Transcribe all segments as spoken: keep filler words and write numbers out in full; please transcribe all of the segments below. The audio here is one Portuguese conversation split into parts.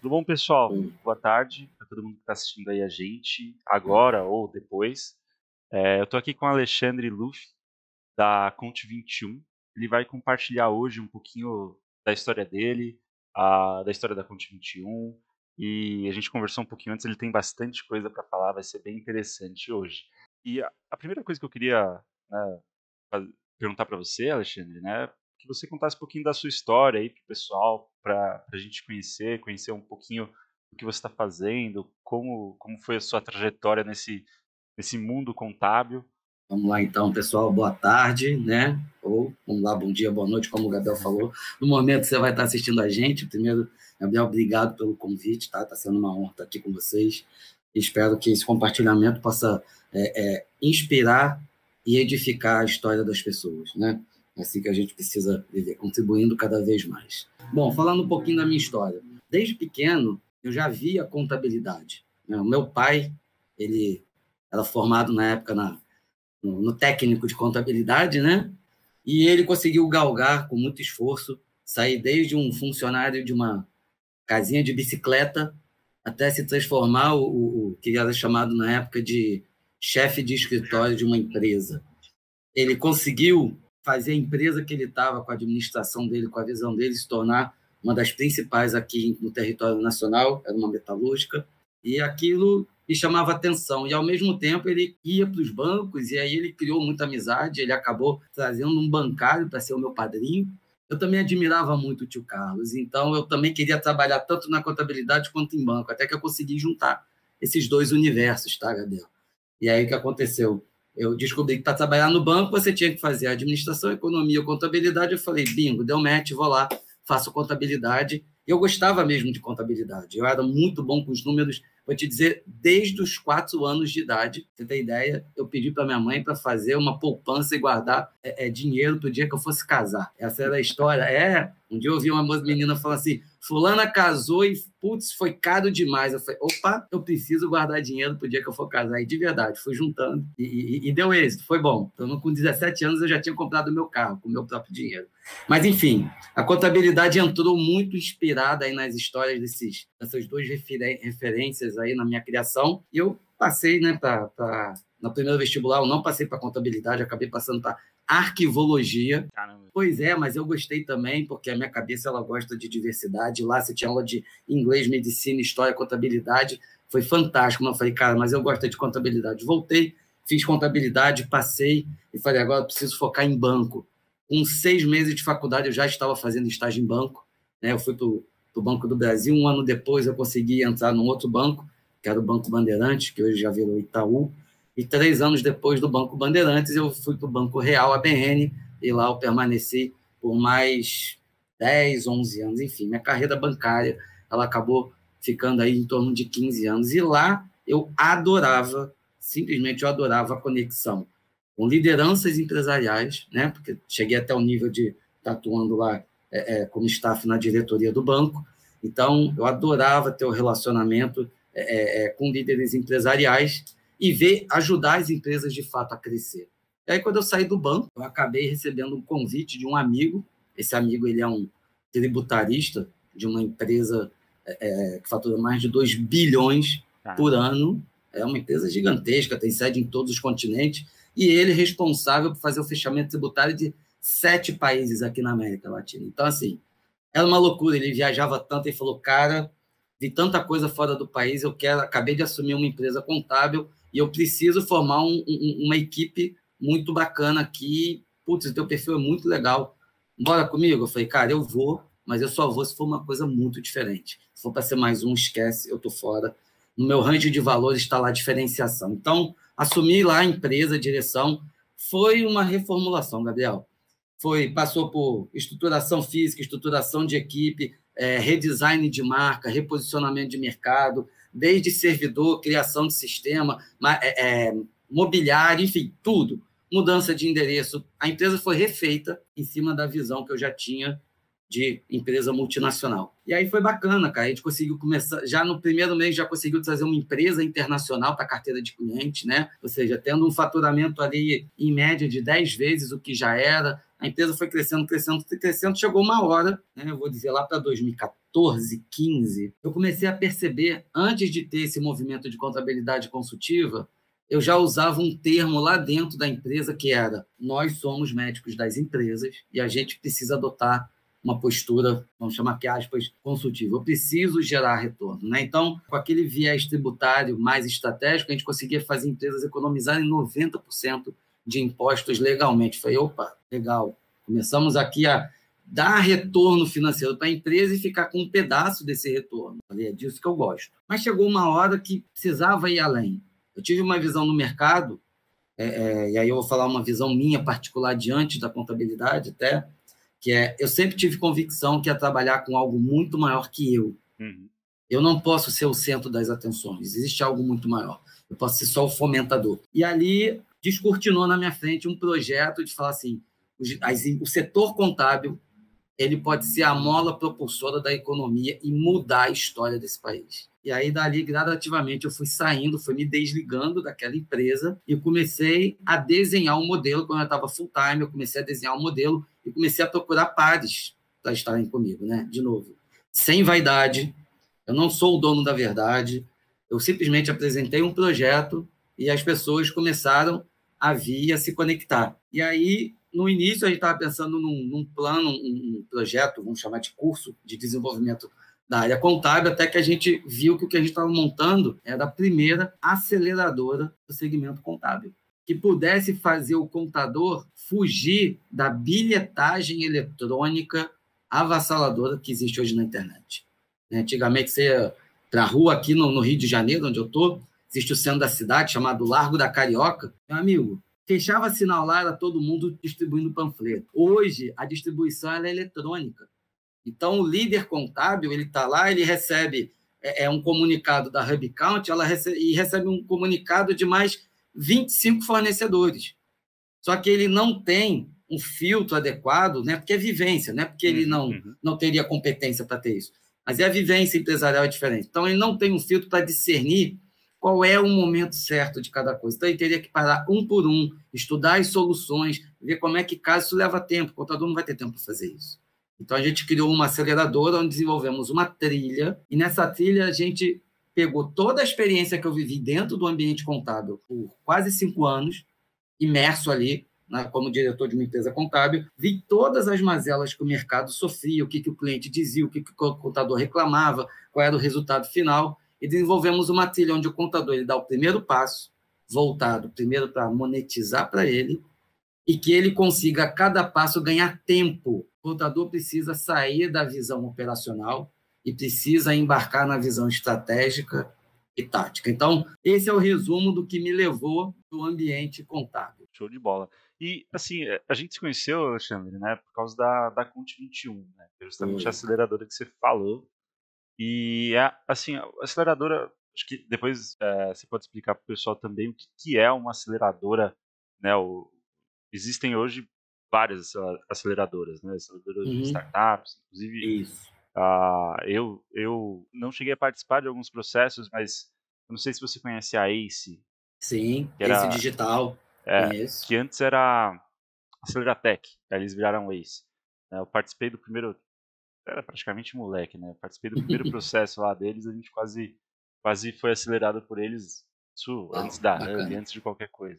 Tudo bom, pessoal? Hum. Boa tarde para todo mundo que está assistindo aí a gente, agora ou depois. É, eu estou aqui com o Alexandre Luff, da Conte vinte e um. Ele vai compartilhar hoje um pouquinho da história dele, a- da história da Conte vinte e um. E a gente conversou um pouquinho antes, ele tem bastante coisa para falar, vai ser bem interessante hoje. E a, a primeira coisa que eu queria, né, faz- perguntar para você, Alexandre, né? Que você contasse um pouquinho da sua história aí pro pessoal, para a gente conhecer, conhecer um pouquinho o que você está fazendo, como, como foi a sua trajetória nesse, nesse mundo contábil. Vamos lá então, pessoal, boa tarde, né? Ou vamos lá, bom dia, boa noite, como o Gabriel falou. No momento que você vai estar assistindo a gente, primeiro, Gabriel, obrigado pelo convite, tá? Está sendo uma honra estar aqui com vocês. Espero que esse compartilhamento possa é, é, inspirar e edificar a história das pessoas, né? É assim que a gente precisa viver, contribuindo cada vez mais. Bom, falando um pouquinho da minha história. Desde pequeno, eu já via contabilidade, né? O meu pai, ele era formado na época na no, no técnico de contabilidade, né? E ele conseguiu galgar com muito esforço, sair desde um funcionário de uma casinha de bicicleta até se transformar o, o, o que era chamado na época de chefe de escritório de uma empresa. Ele conseguiu fazer a empresa que ele estava, com a administração dele, com a visão dele, se tornar uma das principais aqui no território nacional, era uma metalúrgica, e aquilo me chamava atenção. E, ao mesmo tempo, ele ia para os bancos, e aí ele criou muita amizade, ele acabou trazendo um bancário para ser o meu padrinho. Eu também admirava muito o tio Carlos, então eu também queria trabalhar tanto na contabilidade quanto em banco, até que eu consegui juntar esses dois universos, tá, Gabriel? E aí o que aconteceu? Eu descobri que para trabalhar no banco você tinha que fazer administração, economia, contabilidade. Eu falei, bingo, deu match, vou lá, faço contabilidade. Eu gostava mesmo de contabilidade. Eu era muito bom com os números. Vou te dizer, desde os quatro anos de idade, pra você ter ideia, eu pedi para minha mãe para fazer uma poupança e guardar é, é, dinheiro para o dia que eu fosse casar. Essa era a história. É, um dia eu ouvi uma menina falar assim, fulana casou e, putz, foi caro demais. Eu falei, opa, eu preciso guardar dinheiro para o dia que eu for casar. E de verdade, fui juntando e, e, e deu êxito, foi bom. Então, com dezessete anos eu já tinha comprado o meu carro com o meu próprio dinheiro. Mas, enfim, a contabilidade entrou muito inspirada aí nas histórias desses, dessas duas referências aí na minha criação. E eu passei, né, para no primeiro vestibular, eu não passei para contabilidade, acabei passando para arquivologia. Caramba. Pois é, mas eu gostei também, porque a minha cabeça ela gosta de diversidade. Lá você tinha aula de inglês, medicina, história, contabilidade. Foi fantástico. Mas eu falei, cara, mas eu gosto de contabilidade. Voltei, fiz contabilidade, passei e falei, agora eu preciso focar em banco. Com seis meses de faculdade, eu já estava fazendo estágio em banco. Né? Eu fui para o Banco do Brasil. Um ano depois, eu consegui entrar num outro banco, que era o Banco Bandeirantes, que hoje já virou Itaú. E três anos depois do Banco Bandeirantes, eu fui para o Banco Real, A B N, e lá eu permaneci por mais dez, onze anos. Enfim, minha carreira bancária ela acabou ficando aí em torno de quinze anos. E lá eu adorava, simplesmente eu adorava a conexão com lideranças empresariais, né? Porque cheguei até o nível de estar atuando lá é, é, como staff na diretoria do banco. Então, eu adorava ter o um relacionamento é, é, com líderes empresariais e ver, ajudar as empresas de fato a crescer. E aí, quando eu saí do banco, eu acabei recebendo um convite de um amigo. Esse amigo ele é um tributarista de uma empresa é, que fatura mais de dois bilhões por ano. É uma empresa gigantesca, tem sede em todos os continentes. E ele é responsável por fazer o fechamento tributário de sete países aqui na América Latina. Então, assim, era uma loucura. Ele viajava tanto e falou, cara, vi tanta coisa fora do país, eu quero, acabei de assumir uma empresa contábil e eu preciso formar um, um, uma equipe muito bacana aqui. Putz, o teu perfil é muito legal. Bora comigo? Eu falei, cara, eu vou, mas eu só vou se for uma coisa muito diferente. Se for para ser mais um, esquece, eu tô fora. No meu range de valores está lá a diferenciação. Então, assumi lá a empresa, a direção. Foi uma reformulação, Gabriel. Foi, passou por estruturação física, estruturação de equipe, é, redesign de marca, reposicionamento de mercado, desde servidor, criação de sistema, é, é, mobiliário, enfim, tudo. Mudança de endereço. A empresa foi refeita em cima da visão que eu já tinha de empresa multinacional. E aí foi bacana, cara. A gente conseguiu começar, já no primeiro mês, já conseguiu trazer uma empresa internacional para a carteira de cliente, né? Ou seja, tendo um faturamento ali, em média, de dez vezes o que já era. A empresa foi crescendo, crescendo, crescendo. Chegou uma hora, né? Eu vou dizer lá para dois mil e quatorze, quinze, eu comecei a perceber, antes de ter esse movimento de contabilidade consultiva, eu já usava um termo lá dentro da empresa que era: nós somos médicos das empresas e a gente precisa adotar uma postura, vamos chamar que aspas, consultiva. Eu preciso gerar retorno, né? Então, com aquele viés tributário mais estratégico, a gente conseguia fazer empresas economizarem noventa por cento de impostos legalmente. Falei, opa, legal. Começamos aqui a dar retorno financeiro para a empresa e ficar com um pedaço desse retorno. Falei, é disso que eu gosto. Mas chegou uma hora que precisava ir além. Eu tive uma visão no mercado, é, é, e aí eu vou falar uma visão minha particular diante da contabilidade até, que é, eu sempre tive convicção que ia trabalhar com algo muito maior que eu. Uhum. Eu não posso ser o centro das atenções, existe algo muito maior. Eu posso ser só o fomentador. E ali descortinou na minha frente um projeto de falar assim, o setor contábil ele pode ser a mola propulsora da economia e mudar a história desse país. E aí, dali, gradativamente, eu fui saindo, fui me desligando daquela empresa e comecei a desenhar um modelo. Quando eu estava full-time, eu comecei a desenhar um modelo e comecei a procurar pares para estarem comigo, né? De novo, sem vaidade, eu não sou o dono da verdade, eu simplesmente apresentei um projeto e as pessoas começaram a vir a se conectar. E aí, no início, a gente estava pensando num, num plano, um, um projeto, vamos chamar de curso de desenvolvimento da área contábil, até que a gente viu que o que a gente estava montando era a primeira aceleradora do segmento contábil, que pudesse fazer o contador fugir da bilhetagem eletrônica avassaladora que existe hoje na internet. Antigamente, você ia para a rua aqui no, no Rio de Janeiro, onde eu estou, existe o centro da cidade, chamado Largo da Carioca. Meu amigo, fechava sinal lá, era todo mundo distribuindo panfleto. Hoje, a distribuição ela é eletrônica. Então, o líder contábil, ele está lá, ele recebe é, é um comunicado da HubCount ela recebe, e recebe um comunicado de mais vinte e cinco fornecedores. Só que ele não tem um filtro adequado, né? Porque é vivência, não é porque ele não, uhum. não teria competência para ter isso. Mas é a vivência empresarial é diferente. Então, ele não tem um filtro para discernir qual é o momento certo de cada coisa. Então, ele teria que parar um por um, estudar as soluções, ver como é que caso isso leva tempo. O contador não vai ter tempo para fazer isso. Então, a gente criou uma aceleradora onde desenvolvemos uma trilha, e nessa trilha a gente pegou toda a experiência que eu vivi dentro do ambiente contábil por quase cinco anos, imerso ali, né, como diretor de uma empresa contábil, vi todas as mazelas que o mercado sofria, o que, que o cliente dizia, o que, que o contador reclamava, qual era o resultado final, e desenvolvemos uma trilha onde o contador ele dá o primeiro passo, voltado primeiro para monetizar para ele, e que ele consiga, a cada passo, ganhar tempo. O contador precisa sair da visão operacional e precisa embarcar na visão estratégica e tática. Então, esse é o resumo do que me levou do ambiente contábil. Show de bola. E, assim, a gente se conheceu, Alexandre, né, por causa da, da Cont vinte e um, né, que é justamente Oi. a aceleradora que você falou. E, é, assim, a aceleradora, acho que depois é, você pode explicar para o pessoal também o que, que é uma aceleradora, né, o, existem hoje várias aceleradoras, né, aceleradoras de Uhum. startups, inclusive, Isso. uh, eu, eu não cheguei a participar de alguns processos, mas eu não sei se você conhece a ACE. Sim, que esse era, digital, é, conheço. que antes era Aceleratec, aí eles viraram Ace. Eu participei do primeiro, era praticamente moleque, né? Eu participei do primeiro processo lá deles, a gente quase, quase foi acelerado por eles, isso Uau, antes da Hub, bacana. antes de qualquer coisa.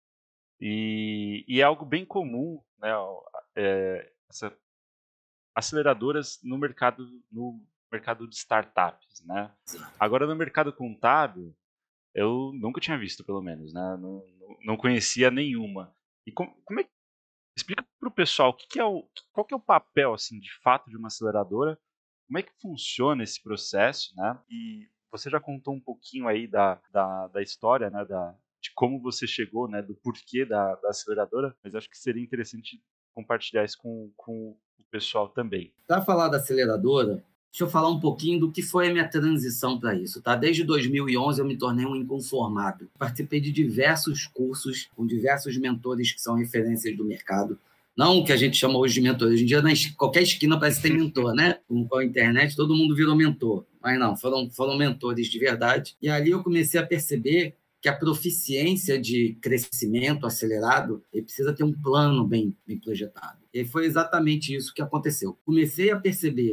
E, e é algo bem comum, né? É, essa, aceleradoras no mercado, no mercado de startups, né? Agora no mercado contábil, eu nunca tinha visto, pelo menos, né? Não, não, não conhecia nenhuma. E com, como é que explica para o pessoal o que, que é o, qual que é o papel, assim, de fato, de uma aceleradora, como é que funciona esse processo, né? E você já contou um pouquinho aí da, da, da história, né? Da, de como você chegou, né? Do porquê da, da aceleradora, mas acho que seria interessante compartilhar isso com, com o pessoal também. Para falar da aceleradora, deixa eu falar um pouquinho do que foi a minha transição para isso. Tá? Desde dois mil e onze eu me tornei um inconformado. Participei de diversos cursos com diversos mentores que são referências do mercado. Não o que a gente chama hoje de mentor. Hoje em dia, em qualquer esquina parece que tem mentor, né? Com a internet, todo mundo virou mentor. Mas não, foram, foram mentores de verdade. E ali eu comecei a perceber que a proficiência de crescimento acelerado ele precisa ter um plano bem, bem projetado. E foi exatamente isso que aconteceu. Comecei a perceber,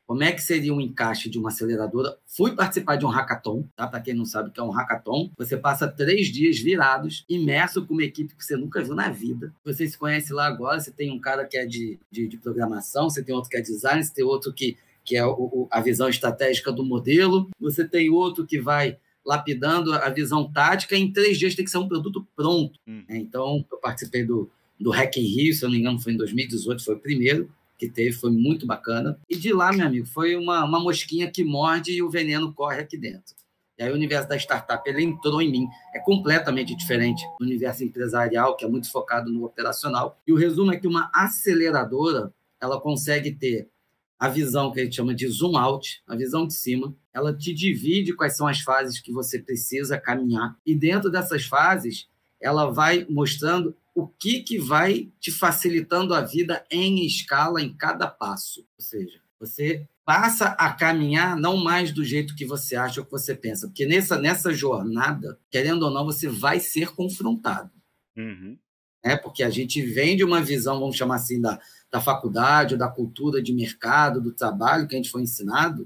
como é que seria um encaixe de uma aceleradora. Fui participar de um hackathon, tá? Para quem não sabe o que é um hackathon, você passa três dias virados, imerso com uma equipe que você nunca viu na vida. Você se conhece lá agora, você tem um cara que é de, de, de programação, você tem outro que é design, você tem outro que, que é o, o, a visão estratégica do modelo, você tem outro que vai lapidando a visão tática, e em três dias tem que ser um produto pronto. Hum. Então, eu participei do, do Hack in Rio, se eu não me engano, foi em dois mil e dezoito, foi o primeiro que teve, foi muito bacana. E de lá, meu amigo, foi uma, uma mosquinha que morde e o veneno corre aqui dentro. E aí o universo da startup, ele entrou em mim. É completamente diferente do universo empresarial, que é muito focado no operacional. E o resumo é que uma aceleradora, ela consegue ter a visão que a gente chama de zoom out, a visão de cima. Ela te divide quais são as fases que você precisa caminhar. E dentro dessas fases, ela vai mostrando o que, que vai te facilitando a vida em escala, em cada passo. Ou seja, você passa a caminhar não mais do jeito que você acha ou que você pensa, porque nessa, nessa jornada, querendo ou não, você vai ser confrontado. Uhum. É, porque a gente vem de uma visão, vamos chamar assim, da, da faculdade, ou da cultura de mercado, do trabalho que a gente foi ensinado,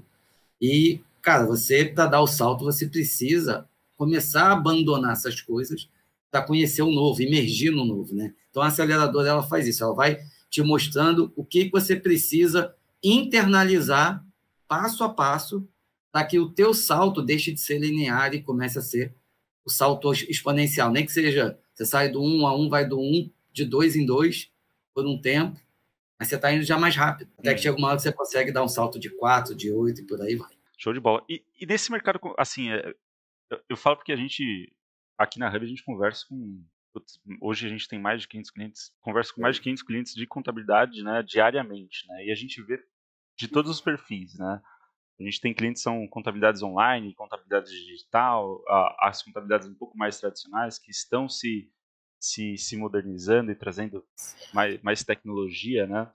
e, cara, você, para dar o salto, você precisa começar a abandonar essas coisas para conhecer o novo, imergir no novo, né? Então, a aceleradora, ela faz isso, ela vai te mostrando o que você precisa internalizar passo a passo para que o teu salto deixe de ser linear e comece a ser o salto exponencial. Nem que seja, você sai do um a um, vai do um, de dois em dois, por um tempo, mas você está indo já mais rápido. Até que chega uma hora que você consegue dar um salto de quatro, de oito e por aí vai. Show de bola. E, e nesse mercado, assim, eu, eu falo porque a gente... Aqui na Hub a gente conversa com... Hoje a gente tem mais de quinhentos clientes, conversa com mais de quinhentos clientes de contabilidade, né, diariamente, né, e a gente vê de todos os perfis, né. A gente tem clientes que são contabilidades online, contabilidade digital, as contabilidades um pouco mais tradicionais que estão se, se, se modernizando e trazendo mais, mais tecnologia, né.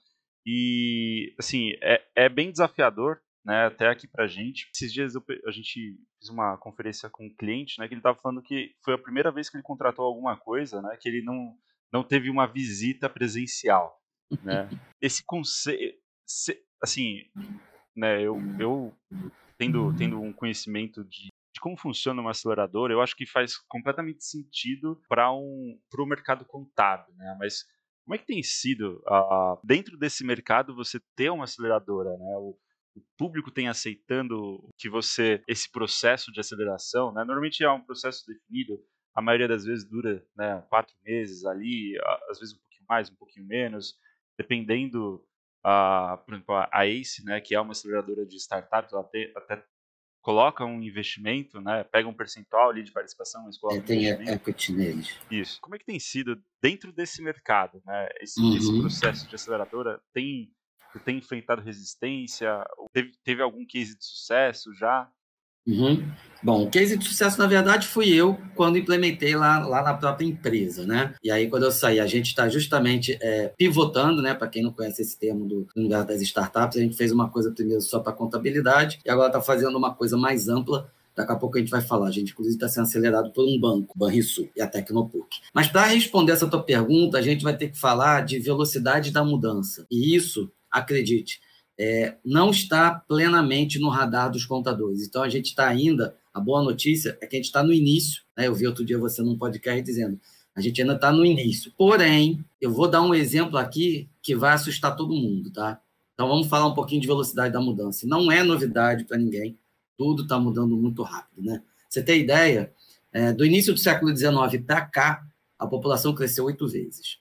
E, assim, é, é bem desafiador, né, até aqui pra gente. Esses dias eu, a gente fiz uma conferência com um cliente, né, que ele estava falando que foi a primeira vez que ele contratou alguma coisa, né, que ele não, não teve uma visita presencial, né. Esse conceito, assim, né, eu, eu tendo, tendo um conhecimento de, de como funciona uma aceleradora, eu acho que faz completamente sentido para um, o mercado contábil, né, mas como é que tem sido, uh, dentro desse mercado, você ter uma aceleradora, né, o, o público tem aceitando que você, esse processo de aceleração, né, normalmente é um processo definido, a maioria das vezes dura, né, quatro meses ali, às vezes um pouquinho mais, um pouquinho menos, dependendo, uh, por exemplo, a ACE, né, que é uma aceleradora de startups, ela até, até coloca um investimento, né, pega um percentual ali de participação, mas coloca é, um tem investimento. Equity neles. Isso. Como é que tem sido dentro desse mercado, né, esse, Uhum. esse processo de aceleradora? Tem... Você tem enfrentado resistência? Teve, teve algum case de sucesso já? Uhum. Bom, o case de sucesso, na verdade, fui eu quando implementei lá, lá na própria empresa, né? E aí, quando eu saí, a gente está justamente é, pivotando, né? Para quem não conhece esse termo do universo das startups, a gente fez uma coisa primeiro só para contabilidade e agora está fazendo uma coisa mais ampla. Daqui a pouco a gente vai falar. A gente, inclusive, está sendo acelerado por um banco, Banrisul e a Tecnopuc. Mas para responder essa tua pergunta, a gente vai ter que falar de velocidade da mudança. E isso, acredite, é, não está plenamente no radar dos contadores. Então, a gente está ainda... A boa notícia é que a gente está no início. Né? Eu vi outro dia você num podcast dizendo a gente ainda está no início. Porém, eu vou dar um exemplo aqui que vai assustar todo mundo. Tá? Então, vamos falar um pouquinho de velocidade da mudança. Não é novidade para ninguém. Tudo está mudando muito rápido. Né? Você tem ideia? É, do início do século dezenove para cá, a população cresceu oito vezes.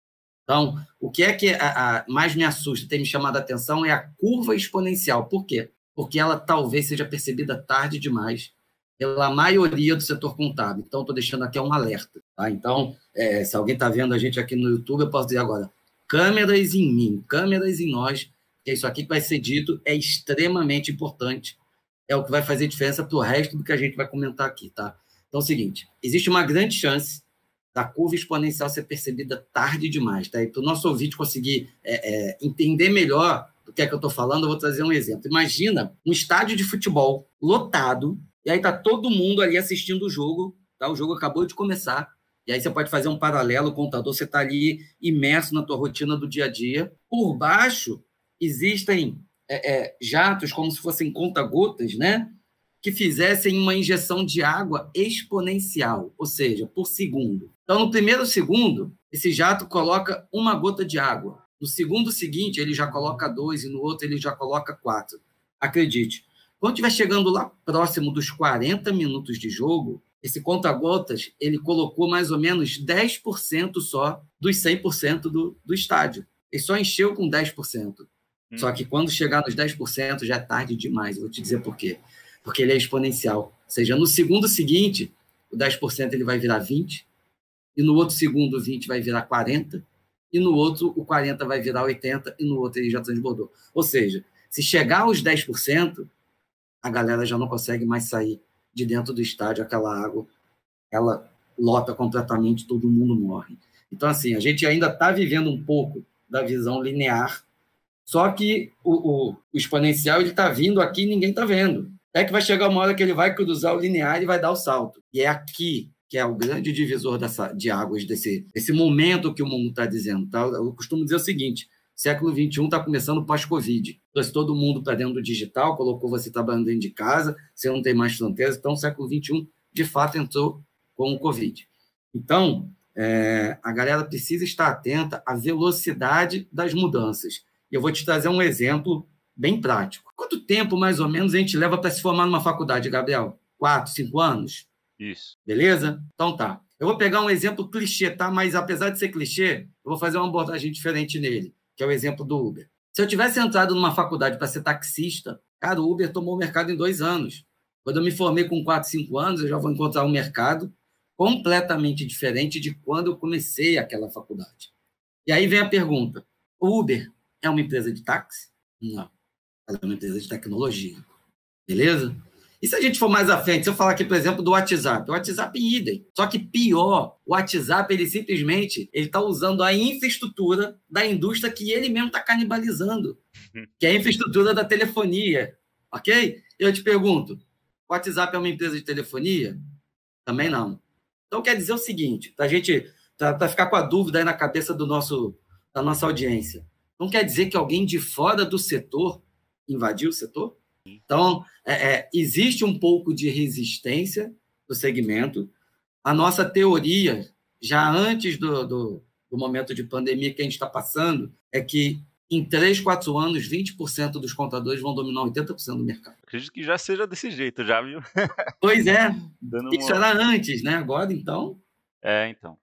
Então, o que é que a, a, mais me assusta, tem me chamado a atenção, é a curva exponencial. Por quê? Porque ela talvez seja percebida tarde demais pela maioria do setor contábil. Então, estou deixando aqui um alerta. Tá? Então, é, se alguém está vendo a gente aqui no YouTube, eu posso dizer agora, câmeras em mim, câmeras em nós, porque isso aqui que vai ser dito é extremamente importante. É o que vai fazer diferença para o resto do que a gente vai comentar aqui. Tá? Então, é o seguinte, existe uma grande chance da curva exponencial ser percebida tarde demais. Tá? E para o nosso ouvinte conseguir é, é, entender melhor do que é que eu estou falando, eu vou trazer um exemplo. Imagina um estádio de futebol lotado, e aí está todo mundo ali assistindo o jogo, tá? O jogo acabou de começar, e aí você pode fazer um paralelo, o contador, você está ali imerso na tua rotina do dia a dia. Por baixo, existem é, é, jatos como se fossem conta-gotas, né? Que fizessem uma injeção de água exponencial, ou seja, por segundo. Então, no primeiro segundo, esse jato coloca uma gota de água. No segundo seguinte, ele já coloca dois, e no outro ele já coloca quatro. Acredite, quando estiver chegando lá próximo dos quarenta minutos de jogo, esse conta-gotas, ele colocou mais ou menos dez por cento só dos cem por cento do, do estádio. Ele só encheu com dez por cento. Uhum. Só que quando chegar nos dez por cento já é tarde demais. Eu vou te dizer por quê. Porque ele é exponencial. Ou seja, no segundo seguinte, o dez por cento ele vai virar vinte por cento, e no outro segundo o vinte por cento vai virar quarenta por cento, e no outro o quarenta por cento vai virar oitenta por cento, e no outro ele já transbordou. Ou seja, se chegar aos dez por cento, a galera já não consegue mais sair de dentro do estádio, aquela água, ela lota completamente, todo mundo morre. Então, assim, a gente ainda está vivendo um pouco da visão linear, só que o, o, o exponencial está vindo aqui e ninguém está vendo. É que vai chegar uma hora que ele vai cruzar o linear e vai dar o salto. E é aqui que é o grande divisor dessa, de águas, desse, desse momento que o mundo está dizendo. Tá? Eu costumo dizer o seguinte, século vinte e um está começando pós-Covid. Trouxe todo mundo para dentro do digital, colocou você trabalhando dentro de casa, você não tem mais fronteiras, então o século vinte e um, de fato, entrou com o Covid. Então, é, a galera precisa estar atenta à velocidade das mudanças. E eu vou te trazer um exemplo bem prático. Quanto tempo, mais ou menos, a gente leva para se formar numa faculdade, Gabriel? Quatro, cinco anos? Isso. Beleza? Então tá. Eu vou pegar um exemplo clichê, tá? Mas apesar de ser clichê, eu vou fazer uma abordagem diferente nele, que é o exemplo do Uber. Se eu tivesse entrado numa faculdade para ser taxista, cara, o Uber tomou o mercado em dois anos. Quando eu me formei com quatro, cinco anos, eu já vou encontrar um mercado completamente diferente de quando eu comecei aquela faculdade. E aí vem a pergunta, o Uber é uma empresa de táxi? Não. Ela é uma empresa de tecnologia. Beleza? E se a gente for mais à frente, se eu falar aqui, por exemplo, do WhatsApp, o WhatsApp é idem. Só que pior, o WhatsApp, ele simplesmente ele está usando a infraestrutura da indústria que ele mesmo está canibalizando, que é a infraestrutura da telefonia. Ok? Eu te pergunto, o WhatsApp é uma empresa de telefonia? Também não. Então quer dizer o seguinte, para a gente para ficar com a dúvida aí na cabeça do nosso, da nossa audiência, não quer dizer que alguém de fora do setor invadiu o setor? Então, é, é, existe um pouco de resistência do segmento. A nossa teoria, já antes do, do, do momento de pandemia que a gente está passando, é que em três, quatro anos, vinte por cento dos contadores vão dominar oitenta por cento do mercado. Acredito que já seja desse jeito, já, viu? Pois é. Dando Isso uma... era antes, né? Agora, então... É, então.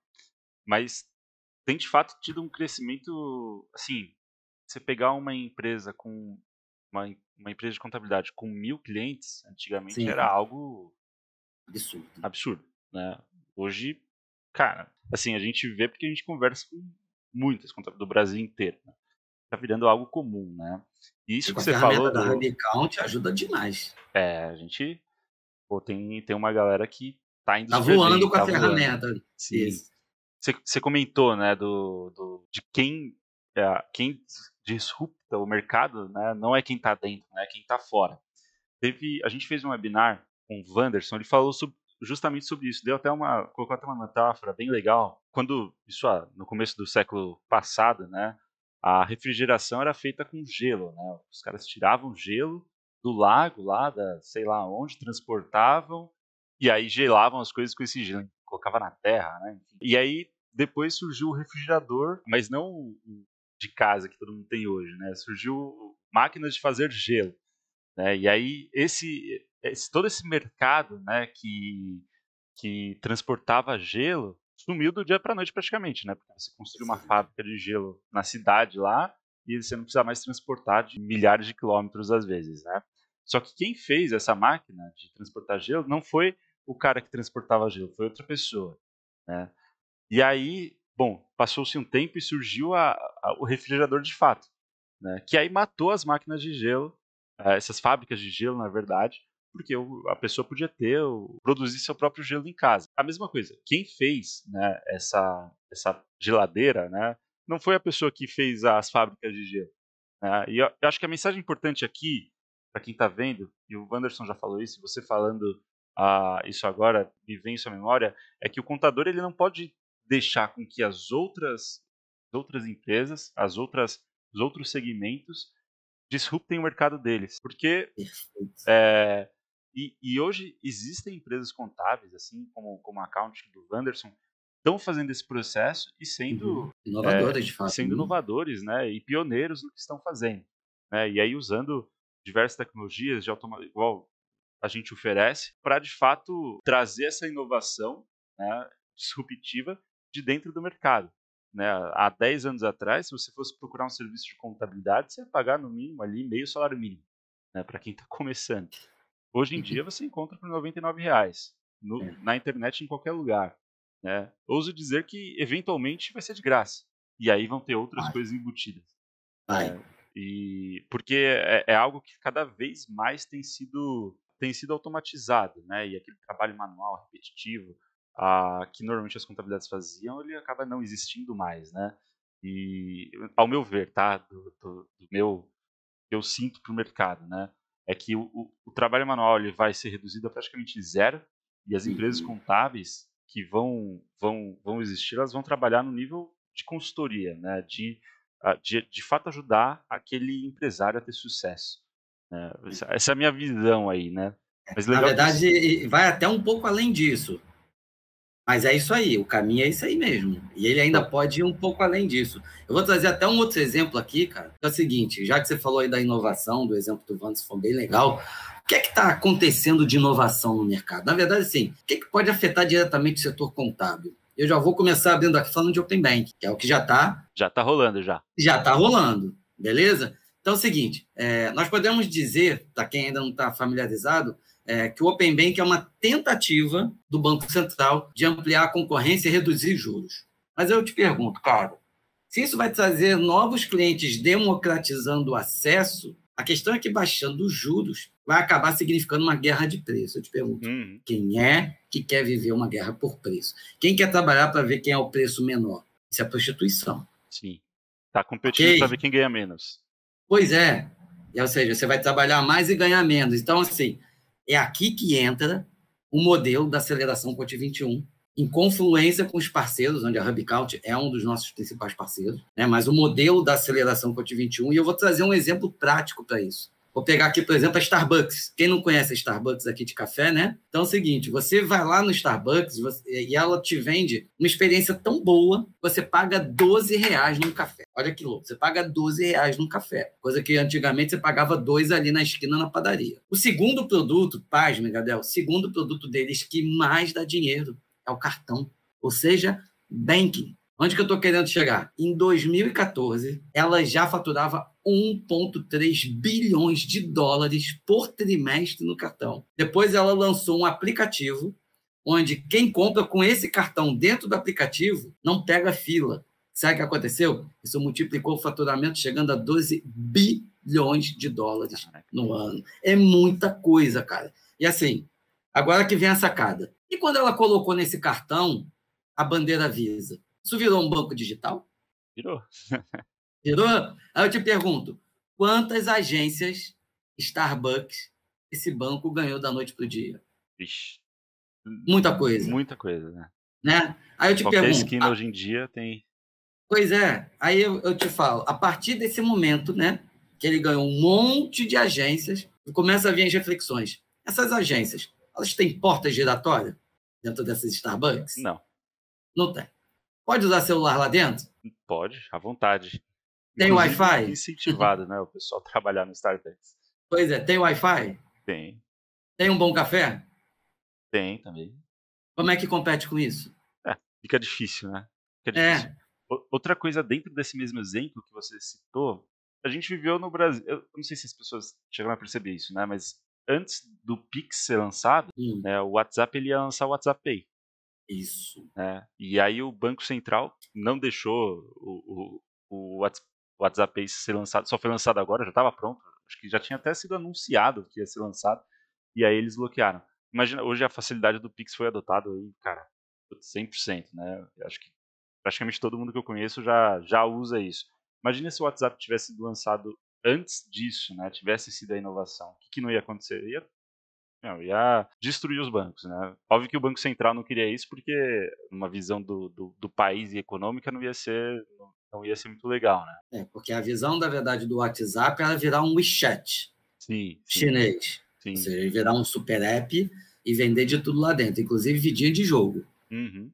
Mas tem, de fato, tido um crescimento, assim, você pegar uma empresa com uma, uma empresa de contabilidade com mil clientes, antigamente Sim. era algo absurdo. absurdo, né? Hoje, cara, assim, a gente vê porque a gente conversa com muitas contabilidades do Brasil inteiro, né? Tá virando algo comum, né? E isso e que você falou do... a HubCount ajuda demais. É, a gente, pô, tem, tem uma galera que tá indo Tá voando bem, com tá a ferramenta. Voando. Sim. Você, você comentou, né, do, do, de quem, é, quem disrupta o mercado, né, não é quem tá dentro, né, é quem tá fora. Teve, a gente fez um webinar com o Wanderson, ele falou sobre, justamente sobre isso, deu até uma, colocou até uma metáfora bem legal. Quando, isso ah, no começo do século passado, né, a refrigeração era feita com gelo, né, os caras tiravam gelo do lago lá, da, sei lá onde, transportavam, e aí gelavam as coisas com esse gelo, colocava na terra, né, e aí depois surgiu o refrigerador, mas não o de casa que todo mundo tem hoje, né, surgiu máquinas de fazer gelo. Né? E aí esse, esse, todo esse mercado, né, que, que transportava gelo sumiu do dia para a noite praticamente, né? Porque você construiu uma fábrica de gelo na cidade lá e você não precisa mais transportar de milhares de quilômetros às vezes, né? Só que quem fez essa máquina de transportar gelo não foi o cara que transportava gelo, foi outra pessoa, né? E aí, bom, passou-se um tempo e surgiu a, a, o refrigerador de fato, né? Que aí matou as máquinas de gelo, essas fábricas de gelo, na verdade, porque a pessoa podia ter, produzir seu próprio gelo em casa. A mesma coisa, quem fez, né, essa, essa geladeira, né, não foi a pessoa que fez as fábricas de gelo. Né? E eu, eu acho que a mensagem importante aqui, para quem está vendo, e o Wanderson já falou isso, você falando uh, isso agora, me vem em sua memória, é que o contador ele não pode deixar com que as outras, as outras empresas, as outras, os outros segmentos disruptem o mercado deles. Porque Perfeito. é, e, e hoje existem empresas contábeis, assim como, como a Accounting do Wanderson, estão fazendo esse processo e Uhum. sendo, é, Inovadores, de e fato. sendo Uhum. inovadores, né, e pioneiros no que estão fazendo, né, e aí usando diversas tecnologias de automa igual a gente oferece para de fato trazer essa inovação, né, disruptiva de dentro do mercado. Né? Há dez anos atrás, se você fosse procurar um serviço de contabilidade, você ia pagar no mínimo ali meio salário mínimo, né, para quem está começando. Hoje em dia você encontra por noventa e nove reais no, É. na internet em qualquer lugar. Né? Ouso dizer que eventualmente vai ser de graça. E aí vão ter outras Vai, coisas embutidas. vai. Né? E porque é, é algo que cada vez mais tem sido tem sido automatizado, né? E aquele trabalho manual repetitivo, ah, que normalmente as contabilidades faziam, ele acaba não existindo mais, né? E ao meu ver, tá? Do, do, do meu que eu sinto para o mercado, né? É que o, o, o trabalho manual ele vai ser reduzido a praticamente zero e as empresas Uhum. contábeis que vão, vão, vão existir, elas vão trabalhar no nível de consultoria, né? De, ah, de, de fato ajudar aquele empresário a ter sucesso. Né? Essa, essa é a minha visão aí, né? Mas Na legal que você... verdade, vai até um pouco além disso. Mas é isso aí, o caminho é isso aí mesmo. E ele ainda Pô, pode ir um pouco além disso. Eu vou trazer até um outro exemplo aqui, cara. É o seguinte, já que você falou aí da inovação, do exemplo do Wanderson foi bem legal, o que é que está acontecendo de inovação no mercado? Na verdade, assim, o que, é que pode afetar diretamente o setor contábil? Eu já vou começar abrindo aqui falando de Open Bank, que é o que já está já tá rolando já. já tá rolando, beleza? Então é o seguinte, é, nós podemos dizer, para quem ainda não está familiarizado, é, que o Open Bank é uma tentativa do Banco Central de ampliar a concorrência e reduzir juros. Mas eu te pergunto, cara, se isso vai trazer novos clientes democratizando o acesso, a questão é que baixando os juros vai acabar significando uma guerra de preço. Eu te pergunto, Uhum, quem é que quer viver uma guerra por preço? Quem quer trabalhar para ver quem é o preço menor? Isso é prostituição, sim. Tá competindo para ver ok? quem ganha menos. Pois é. Ou seja, você vai trabalhar mais e ganhar menos. Então, assim, é aqui que entra o modelo da aceleração COT vinte e um, em confluência com os parceiros, onde a HubCount é um dos nossos principais parceiros, né? Mas o modelo da aceleração COT vinte e um, e eu vou trazer um exemplo prático para isso. Vou pegar aqui, por exemplo, a Starbucks. Quem não conhece a Starbucks aqui de café, né? Então é o seguinte, você vai lá no Starbucks você, e ela te vende uma experiência tão boa, você paga doze reais num café. Olha que louco, você paga doze reais num café. Coisa que antigamente você pagava dois ali na esquina na padaria. O segundo produto, pasme, Gadel, o segundo produto deles que mais dá dinheiro é o cartão. Ou seja, banking. Onde que eu estou querendo chegar? Em dois mil e quatorze, ela já faturava um vírgula três bilhões de dólares por trimestre no cartão. Depois ela lançou um aplicativo onde quem compra com esse cartão dentro do aplicativo não pega fila. Sabe o que aconteceu? Isso multiplicou o faturamento chegando a doze bilhões de dólares no ano. É muita coisa, cara. E assim, agora que vem a sacada. E quando ela colocou nesse cartão a bandeira Visa? Isso virou um banco digital? Virou. Virou? Aí eu te pergunto, quantas agências Starbucks esse banco ganhou da noite para o dia? Vixe. Muita coisa, Muita coisa, né? né? Aí eu te Qualquer pergunto, esquina ah, hoje em dia tem. pois é, aí eu, eu te falo, a partir desse momento, né, que ele ganhou um monte de agências, começa a vir as reflexões. Essas agências, elas têm porta giratória dentro dessas Starbucks? Não, Não tem. Pode usar celular lá dentro? pode, à vontade. Tem Inclusive Wi-Fi? incentivado, né? O pessoal trabalhar no Starbucks. Pois é, tem Wi-Fi? Tem, Tem um bom café? tem também. Como é que compete com isso? É, fica difícil, né? Fica difícil. É, O- Outra coisa dentro desse mesmo exemplo que você citou, a gente viveu no Brasil. Eu não sei se as pessoas chegaram a perceber isso, né? Mas antes do Pix ser lançado, hum, né, o WhatsApp ele ia lançar o WhatsApp Pay. isso. Né? E aí o Banco Central não deixou o, o, o Whats- o WhatsApp Pay ser lançado, só foi lançado agora, já estava pronto, acho que já tinha até sido anunciado que ia ser lançado, e aí eles bloquearam. Imagina, hoje a facilidade do Pix foi adotada aí, cara, cem por cento, né? Eu acho que praticamente todo mundo que eu conheço já, já usa isso. Imagina se o WhatsApp tivesse sido lançado antes disso, né? Tivesse sido a inovação. O que, que não ia acontecer? Ia não, ia destruir os bancos, né? Óbvio que o Banco Central não queria isso porque, numa visão do, do, do país e econômica, não ia ser, Então ia ser muito legal, né? É, porque a visão, da verdade, do WhatsApp era virar um WeChat sim, sim, chinês. sim. Ou seja, virar um super app e vender de tudo lá dentro, inclusive vidinha de jogo. Uhum.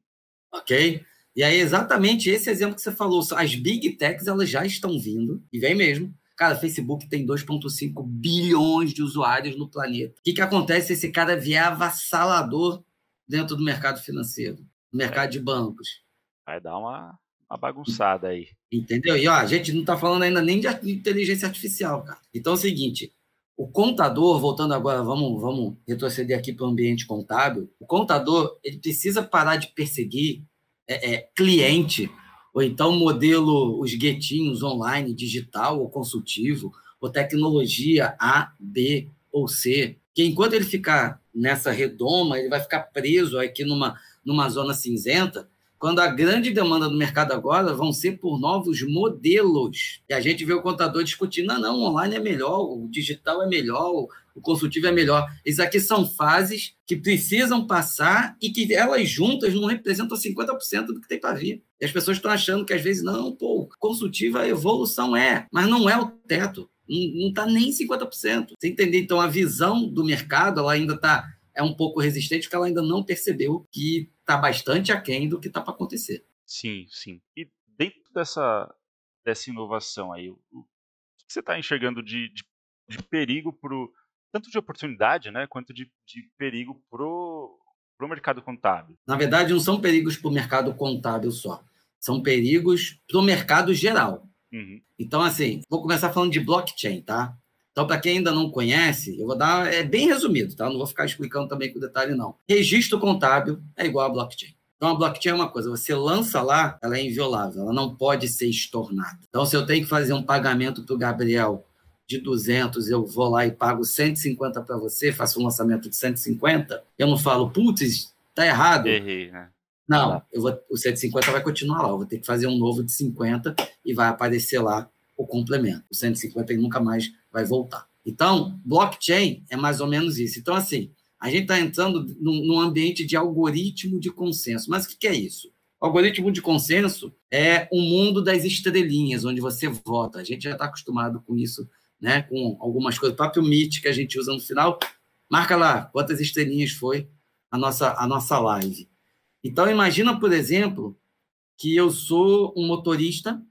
Ok? E aí, exatamente esse exemplo que você falou. As big techs, elas já estão vindo, e vem mesmo. Cara, Facebook tem dois vírgula cinco bilhões de usuários no planeta. O que, que acontece se esse cara vier avassalador dentro do mercado financeiro, no mercado É, de bancos? vai dar uma, uma bagunçada aí. Entendeu? E ó, a gente não está falando ainda nem de inteligência artificial, cara. Então é o seguinte, o contador, voltando agora, vamos, vamos retroceder aqui para o ambiente contábil, o contador ele precisa parar de perseguir é, é, cliente, ou então modelo, os guetinhos online, digital ou consultivo, ou tecnologia A, B ou C, que enquanto ele ficar nessa redoma, ele vai ficar preso aqui numa, numa zona cinzenta, quando a grande demanda do mercado agora vão ser por novos modelos. E a gente vê o contador discutindo, não, não, o online é melhor, o digital é melhor, o consultivo é melhor. Isso aqui são fases que precisam passar e que elas juntas não representam cinquenta por cento do que tem para vir. E as pessoas estão achando que às vezes, não, pô, consultivo a evolução é, mas não é o teto. Não está nem cinquenta por cento. Você entender? Então, a visão do mercado ela ainda está é um pouco resistente, porque ela ainda não percebeu que está bastante aquém do que está para acontecer. Sim, sim. E dentro dessa, dessa inovação aí, o, o que você está enxergando de, de, de perigo pro, tanto de oportunidade, né, quanto de, de perigo pro, pro mercado contábil? Na verdade, não são perigos para o mercado contábil só. São perigos para o mercado geral. Uhum. Então, assim, vou começar falando de blockchain, tá? Então, para quem ainda não conhece, eu vou dar, é bem resumido, tá? Não vou ficar explicando também com detalhe, não. Registro contábil é igual a blockchain. Então, a blockchain é uma coisa, você lança lá, ela é inviolável, ela não pode ser estornada. Então, se eu tenho que fazer um pagamento para o Gabriel de duzentos, eu vou lá e pago cento e cinquenta para você, faço um lançamento de cento e cinquenta, eu não falo, putz, tá errado. Errei, né? Não, eu vou, o cento e cinquenta vai continuar lá, eu vou ter que fazer um novo de cinquenta e vai aparecer lá o complemento. O cento e cinquenta ele nunca mais vai voltar. Então, blockchain é mais ou menos isso. Então, assim, a gente está entrando num, num ambiente de algoritmo de consenso. Mas o que, que é isso? O algoritmo de consenso é um mundo das estrelinhas, onde você vota. A gente já está acostumado com isso, né? Com algumas coisas. O próprio Meet que a gente usa no final, marca lá quantas estrelinhas foi a nossa, a nossa live. Então, imagina, por exemplo, que eu sou um motorista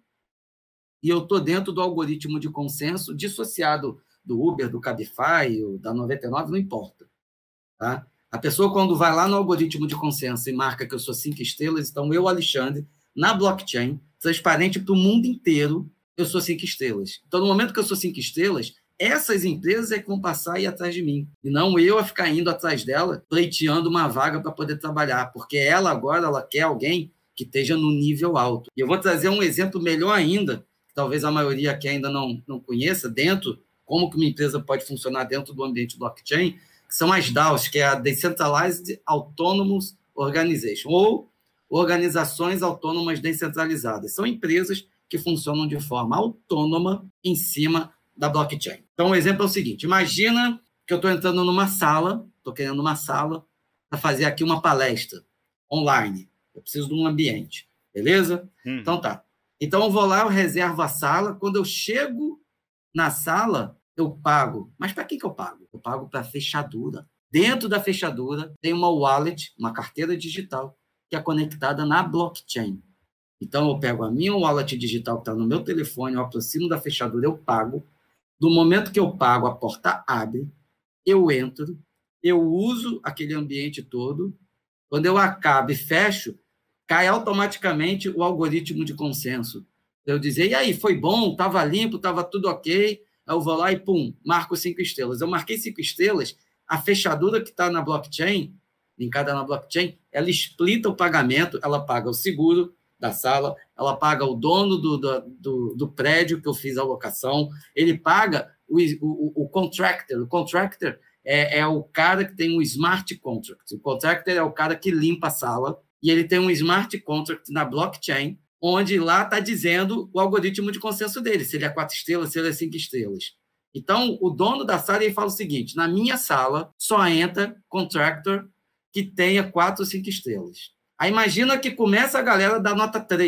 e eu estou dentro do algoritmo de consenso dissociado do Uber, do Cabify, da noventa e nove, não importa. Tá? A pessoa, quando vai lá no algoritmo de consenso e marca que eu sou cinco estrelas, então eu, Alexandre, na blockchain, transparente para o mundo inteiro, eu sou cinco estrelas. Então, no momento que eu sou cinco estrelas, essas empresas é que vão passar a ir atrás de mim. E não eu a ficar indo atrás dela, pleiteando uma vaga para poder trabalhar. Porque ela agora ela quer alguém que esteja no nível alto. E eu vou trazer um exemplo melhor ainda, que talvez a maioria aqui ainda não, não conheça, dentro, como que uma empresa pode funcionar dentro do ambiente blockchain, que são as DAOs, que é a Decentralized Autonomous Organization, ou organizações autônomas descentralizadas. São empresas que funcionam de forma autônoma em cima da blockchain. Então, o exemplo é o seguinte, imagina que eu estou entrando numa sala, estou querendo uma sala para fazer aqui uma palestra online. Eu preciso de um ambiente, beleza? Uhum. Então, tá. Então, eu vou lá, eu reservo a sala. Quando eu chego na sala, eu pago. Mas para que, que eu pago? Eu pago para a fechadura. Dentro da fechadura, tem uma wallet, uma carteira digital, que é conectada na blockchain. Então, eu pego a minha wallet digital que está no meu telefone, eu aproximo da fechadura, eu pago. Do momento que eu pago, a porta abre, eu entro, eu uso aquele ambiente todo. Quando eu acabo e fecho, cai automaticamente o algoritmo de consenso. Eu dizer, e aí, foi bom? Estava limpo, estava tudo ok? Aí eu vou lá e, pum, marco cinco estrelas. Eu marquei cinco estrelas, a fechadura que está na blockchain, linkada na blockchain, ela explita o pagamento, ela paga o seguro da sala, ela paga o dono do, do, do prédio que eu fiz a locação, ele paga o, o, o contractor. O contractor é, é o cara que tem um smart contract. O contractor é o cara que limpa a sala e ele tem um smart contract na blockchain, onde lá está dizendo o algoritmo de consenso dele, se ele é quatro estrelas, se ele é cinco estrelas. Então, o dono da sala ele fala o seguinte, na minha sala só entra contractor que tenha quatro ou cinco estrelas. Aí imagina que começa a galera da nota três.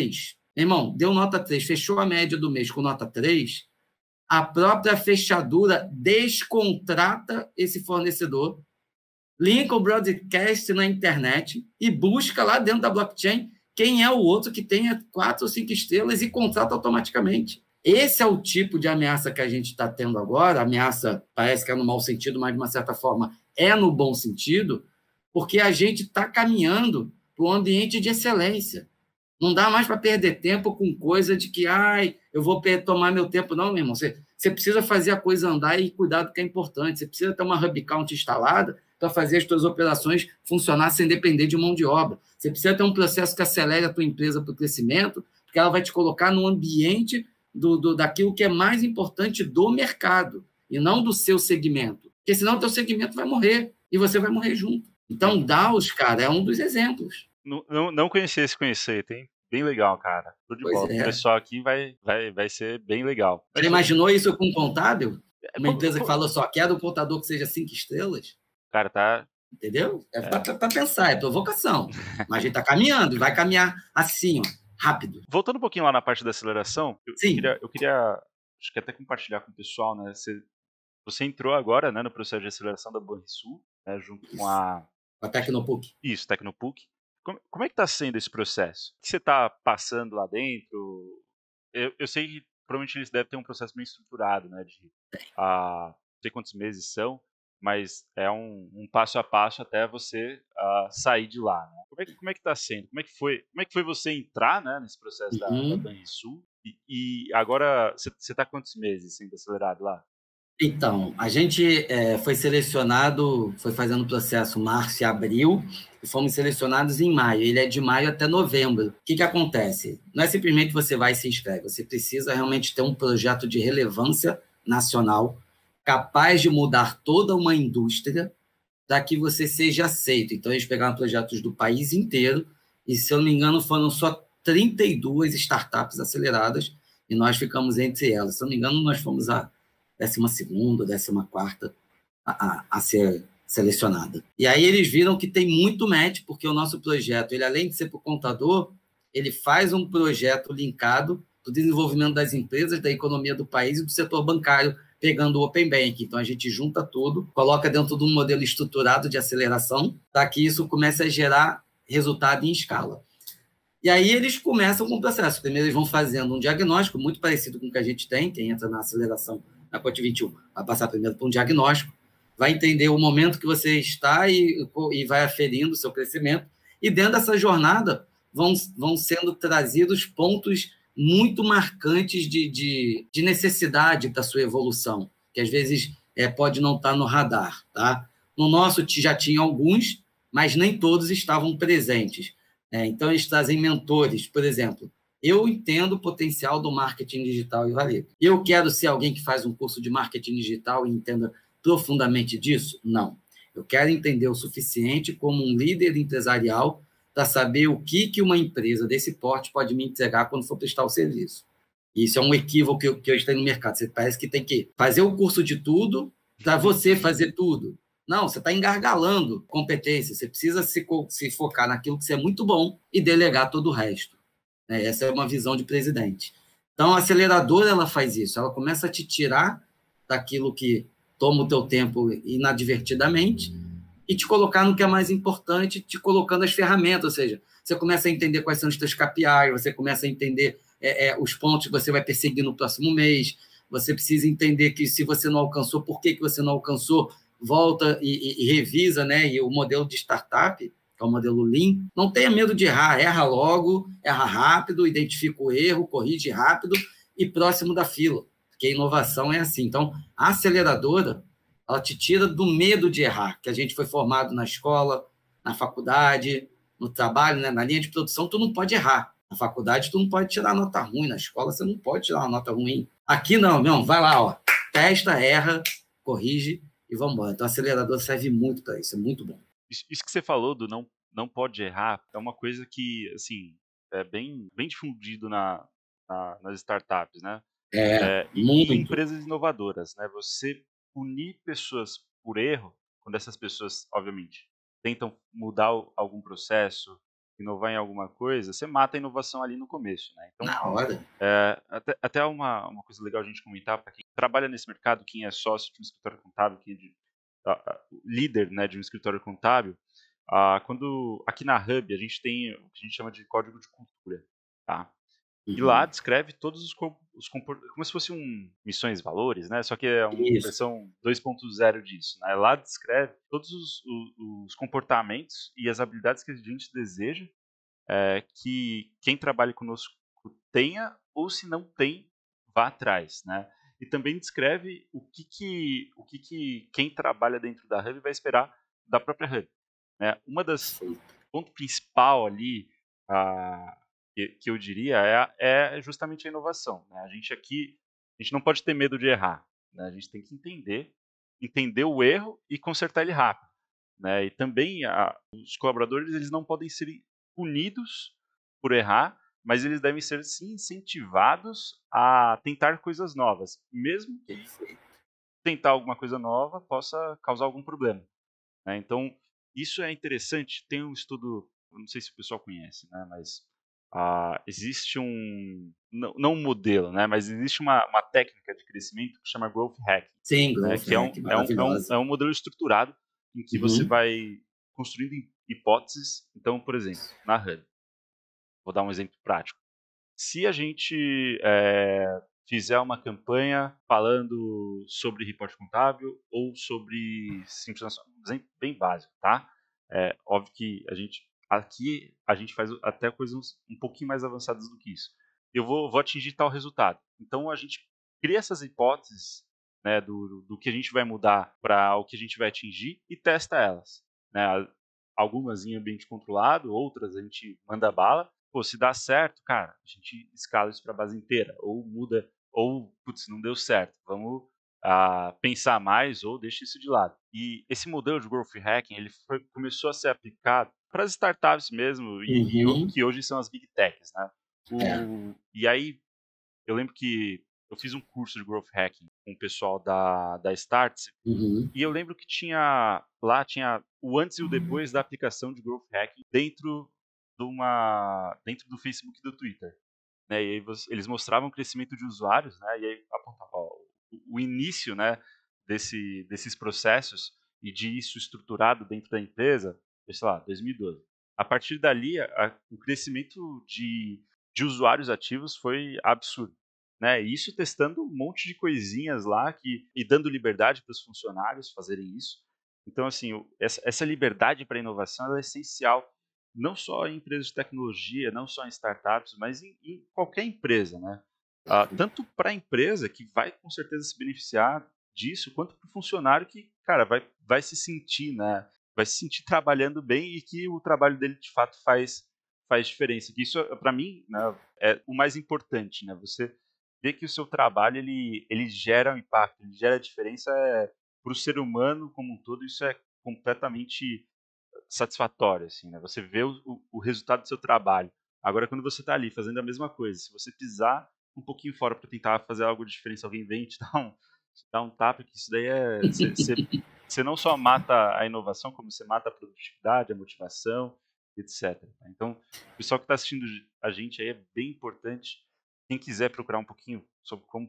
Irmão, deu nota três, fechou a média do mês com nota três, a própria fechadura descontrata esse fornecedor, linka o broadcast na internet e busca lá dentro da blockchain quem é o outro que tenha quatro ou cinco estrelas e contrata automaticamente. Esse é o tipo de ameaça que a gente está tendo agora. A ameaça parece que é no mau sentido, mas de uma certa forma é no bom sentido, porque a gente está caminhando para um ambiente de excelência. Não dá mais para perder tempo com coisa de que, ai, eu vou tomar meu tempo. Não, meu irmão. Você, você precisa fazer a coisa andar e cuidar do que é importante. Você precisa ter uma hub count instalada para fazer as suas operações funcionar sem depender de mão de obra. Você precisa ter um processo que acelere a tua empresa para o crescimento, porque ela vai te colocar no ambiente do, do, daquilo que é mais importante do mercado e não do seu segmento. Porque senão o teu segmento vai morrer e você vai morrer junto. Então, D A Os, cara, é um dos exemplos. Não, não, não conhecia esse conceito, hein? Bem legal, cara. Tudo de Pois bola. é. O pessoal aqui vai, vai, vai ser bem legal. Você imaginou isso com um contábil? Uma Como- empresa que como- falou só quero um contador que seja cinco estrelas? Cara, tá. Entendeu? É para pensar, é provocação. Mas a gente está caminhando e vai caminhar assim, ó, rápido. Voltando um pouquinho lá na parte da aceleração, eu, eu Sim. queria, eu queria, acho que até compartilhar com o pessoal, né? Você, você entrou agora, né, no processo de aceleração da Banrisul, né, junto com a A Tecnopuc. isso, Tecnopuc. Como, como é que está sendo esse processo? O que você está passando lá dentro? Eu, eu sei que provavelmente eles devem ter um processo bem estruturado, né? De ah, não sei quantos meses são, mas é um, um passo a passo até você ah, sair de lá. Né? Como é, que- como é que está sendo? Como é que foi? Como é que foi você entrar, né, nesse processo da, da Uhum. Banrisul? E, e agora você está quantos meses sendo acelerado lá? Então, a gente é, foi selecionado, foi fazendo o processo março e abril, e fomos selecionados em maio. Ele é de maio até novembro. O que, que acontece? Não é simplesmente você vai e se inscreve, você precisa realmente ter um projeto de relevância nacional, capaz de mudar toda uma indústria para que você seja aceito. Então, eles pegaram projetos do país inteiro, e, se eu não me engano, foram só trinta e duas startups aceleradas, e nós ficamos entre elas. Se eu não me engano, nós fomos a décima segunda, décima quarta a, a, a ser selecionada. E aí eles viram que tem muito match, porque o nosso projeto, ele além de ser para o contador, ele faz um projeto linkado do desenvolvimento das empresas, da economia do país e do setor bancário, pegando o Open Bank. Então, a gente junta tudo, coloca dentro de um modelo estruturado de aceleração, para que isso comece a gerar resultado em escala. E aí eles começam com o processo. Primeiro eles vão fazendo um diagnóstico muito parecido com o que a gente tem, quem entra na aceleração na Cont vinte e um vai passar primeiro por um diagnóstico, vai entender o momento que você está e, e vai aferindo o seu crescimento. E dentro dessa jornada vão, vão sendo trazidos pontos muito marcantes de, de, de necessidade para a sua evolução, que às vezes é, pode não estar no radar. Tá? No nosso já tinha alguns, mas nem todos estavam presentes. É, então, eles trazem mentores, por exemplo. Eu entendo o potencial do marketing digital e varejo. Eu quero ser alguém que faz um curso de marketing digital e entenda profundamente disso? Não. Eu quero entender o suficiente como um líder empresarial para saber o que, que uma empresa desse porte pode me entregar quando for prestar o serviço. Isso é um equívoco que eu, que eu estou no mercado. Você parece que tem que fazer o curso de tudo para você fazer tudo. Não, você está engargalando competência. Você precisa se, se focar naquilo que você é muito bom e delegar todo o resto. Essa é uma visão de presidente. Então, a aceleradora ela faz isso. Ela começa a te tirar daquilo que toma o teu tempo inadvertidamente e te colocar no que é mais importante, te colocando as ferramentas. Ou seja, você começa a entender quais são os teus K P Is, você começa a entender é, é, os pontos que você vai perseguir no próximo mês. Você precisa entender que se você não alcançou, por que, que você não alcançou, volta e, e, e revisa, né? E o modelo de startup, que é o modelo Lean, não tenha medo de errar, erra logo, erra rápido, identifica o erro, corrige rápido e próximo da fila, porque a inovação é assim. Então, a aceleradora, ela te tira do medo de errar, que a gente foi formado na escola, na faculdade, no trabalho, né? Na linha de produção, tu não pode errar. Na faculdade, tu não pode tirar nota ruim, na escola, você não pode tirar uma nota ruim. Aqui não, não, vai lá, ó, testa, erra, corrige e vamos embora. Então, o acelerador serve muito para isso, é muito bom. Isso, isso que você falou do não, não pode errar é uma coisa que, assim, é bem, bem difundido na, na, nas startups, né? É, é e, muito. e empresas inovadoras, né? Você punir pessoas por erro, quando essas pessoas, obviamente, tentam mudar algum processo, inovar em alguma coisa, você mata a inovação ali no começo, né? Então, Na hora. é, até, até uma, uma coisa legal a gente comentar para quem trabalha nesse mercado, quem é sócio de um escritório contábil, quem é de, a- a- líder, né, de um escritório contábil, ah, quando aqui na Hub a gente tem o que a gente chama de código de cultura, tá? E lá Uhum. descreve todos os, co- os compor- como se fosse um missões e valores, né? Só que é uma Isso. versão dois ponto zero disso, né? Lá descreve todos os, o- os comportamentos e as habilidades que a gente deseja é, que quem trabalha conosco tenha, ou se não tem, vá atrás, né? E também descreve o que que, o que que quem trabalha dentro da Hub vai esperar da própria Hub, né? Uma das Perfeito. ponto principal ali, ah, que, que eu diria, é, é justamente a inovação, né? A gente aqui, a gente não pode ter medo de errar, né? A gente tem que entender, entender o erro e consertar ele rápido, né? E também a, os colaboradores eles não podem ser punidos por errar, mas eles devem ser sim incentivados a tentar coisas novas, mesmo que Perfeito. tentar alguma coisa nova possa causar algum problema, né? Então, isso é interessante. Tem um estudo, eu não sei se o pessoal conhece, né? Mas ah, existe um, não, não um modelo, né? Mas existe uma, uma técnica de crescimento que chama Growth Hacking, Sim, né? Growth Que é Hack, um, é, um, é, um, maravilhosa. é um modelo estruturado em que você Uhum. vai construindo hipóteses. Então, por exemplo, na Hub, vou dar um exemplo prático. Se a gente é, fizer uma campanha falando sobre reporte contábil ou sobre simplificação, exemplo bem básico, tá? É, óbvio que a gente aqui a gente faz até coisas um pouquinho mais avançadas do que isso. Eu vou, vou atingir tal resultado. Então a gente cria essas hipóteses, né, do, do que a gente vai mudar para o que a gente vai atingir e testa elas, né? Algumas em ambiente controlado, outras a gente manda bala. Pô, se dá certo, cara, a gente escala isso para a base inteira, ou muda, ou, putz, não deu certo, vamos ah, pensar mais ou deixa isso de lado. E esse modelo de growth hacking, ele foi, começou a ser aplicado para as startups mesmo, e, e o- Uhum. que hoje são as big techs, né? É. O, e aí, eu lembro que eu fiz um curso de growth hacking com o pessoal da, da Startse, Uhum. e eu lembro que tinha lá tinha o antes e o depois da aplicação de growth hacking dentro de uma dentro do Facebook e do Twitter, né? E aí você, eles mostravam o crescimento de usuários, né? E aí apontava ó, o, o início, né, desse desses processos e de isso estruturado dentro da empresa, foi, sei lá, dois mil e doze. A partir dali, a, a, o crescimento de, de usuários ativos foi absurdo, né? E isso testando um monte de coisinhas lá que, e dando liberdade para os funcionários fazerem isso. Então, assim, o- essa, essa liberdade para inovação ela é essencial, não só em empresas de tecnologia, não só em startups, mas em, em qualquer empresa, né? Ah, tanto para a empresa, que vai com certeza se beneficiar disso, quanto para o funcionário que, cara, vai, vai se sentir, né? Vai se sentir trabalhando bem e que o trabalho dele, de fato, faz, faz diferença. Que isso, para mim, né, é o mais importante, né? Você ver que o seu trabalho ele, ele gera um impacto, ele gera diferença é, para o ser humano como um todo, isso é completamente satisfatório, assim, né? Você vê o, o, o resultado do seu trabalho. Agora, quando você está ali fazendo a mesma coisa, se você pisar um pouquinho fora para tentar fazer algo de diferente, alguém vem e te dá um, te dá um tapa, que isso daí é... Você não só mata a inovação, como você mata a produtividade, a motivação, etcétera. Então, o pessoal que está assistindo a gente aí é bem importante. Quem quiser procurar um pouquinho sobre como,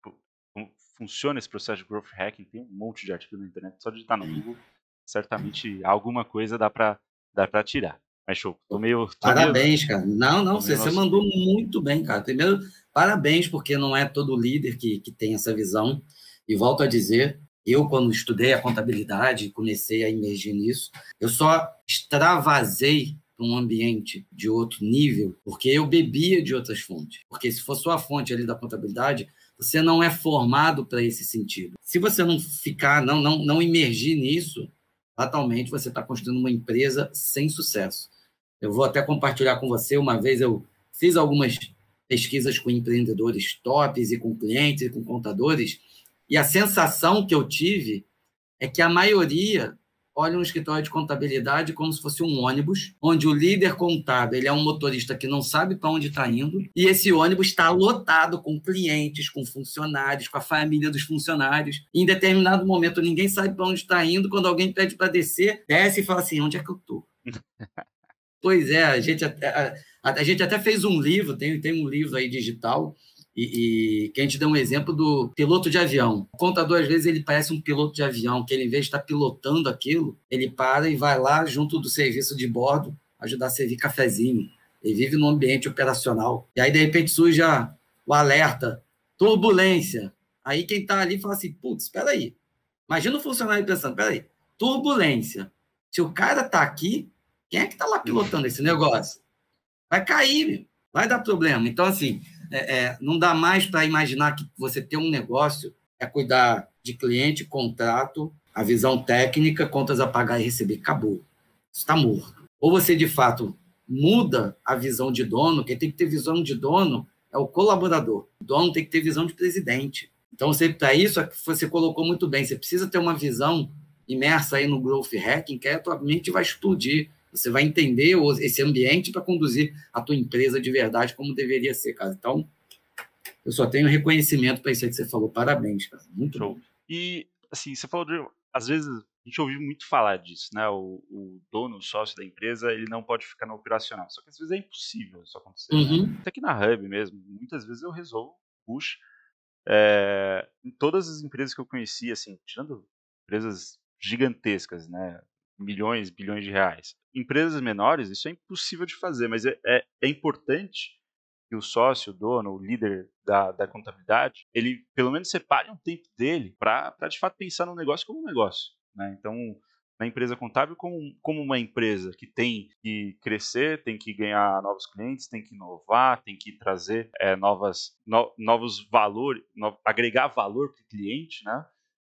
como funciona esse processo de growth hacking, tem um monte de artigo na internet, só digitar no Google, certamente alguma coisa dá para dá para tirar. Mas show, tô meio, tô meio, Parabéns, cara. Não, não, tô você, meio no você nosso mandou tempo. muito bem, cara. Primeiro, parabéns, porque não é todo líder que, que tem essa visão. E volto a dizer, eu, quando estudei a contabilidade e comecei a imergir nisso, eu só extravasei para um ambiente de outro nível, porque eu bebia de outras fontes. Porque se for só a fonte ali da contabilidade, você não é formado para esse sentido. Se você não ficar, não, não, não imergir nisso, fatalmente você está construindo uma empresa sem sucesso. Eu vou até compartilhar com você. Uma vez eu fiz algumas pesquisas com empreendedores tops e com clientes e com contadores, e a sensação que eu tive é que a maioria olha um escritório de contabilidade como se fosse um ônibus, onde o líder contábil ele é um motorista que não sabe para onde está indo, e esse ônibus está lotado com clientes, com funcionários, com a família dos funcionários. E em determinado momento, ninguém sabe para onde está indo. Quando alguém pede para descer, desce e fala assim: onde é que eu estou? Pois é, a gente até, a, a gente até fez um livro, tem, tem um livro aí digital, e, e que a gente deu um exemplo do piloto de avião. O contador, às vezes, ele parece um piloto de avião, que ele, em vez de estar pilotando aquilo, ele para e vai lá junto do serviço de bordo ajudar a servir cafezinho. Ele vive num ambiente operacional. E aí, de repente, surge a, o alerta, turbulência. Aí quem está ali fala assim, putz, espera aí. Imagina o funcionário pensando, espera aí, turbulência. Se o cara está aqui, quem é que está lá pilotando esse negócio? Vai cair, vai dar problema. Então, assim, é, é, não dá mais para imaginar que você ter um negócio é cuidar de cliente, contrato, a visão técnica, contas a pagar e receber. Acabou. Isso está morto. Ou você, de fato, muda a visão de dono, quem tem que ter visão de dono é o colaborador. O dono tem que ter visão de presidente. Então, para isso, você colocou muito bem, você precisa ter uma visão imersa aí no growth hacking, que a tua mente vai explodir. Você vai entender esse ambiente para conduzir a tua empresa de verdade como deveria ser, cara. Então, eu só tenho reconhecimento para isso aí que você falou. Parabéns, cara. Muito Show. bom. E, assim, você falou de... Às vezes, a gente ouviu muito falar disso, né? O, o dono, o sócio da empresa, ele não pode ficar no operacional. Só que, às vezes, é impossível isso acontecer, Uhum. né? Até aqui na Hub mesmo, muitas vezes eu resolvo push. É, em todas as empresas que eu conheci, assim, tirando empresas gigantescas, né? Milhões, bilhões de reais. Empresas menores, isso é impossível de fazer, mas é, é, é importante que o sócio, o dono, o líder da, da contabilidade, ele pelo menos separe um tempo dele para de fato pensar no negócio como um negócio, né? Então, na empresa contábil como, como uma empresa que tem que crescer, tem que ganhar novos clientes, tem que inovar, tem que trazer é, novas, no, novos valores, no, agregar valor para o cliente, né?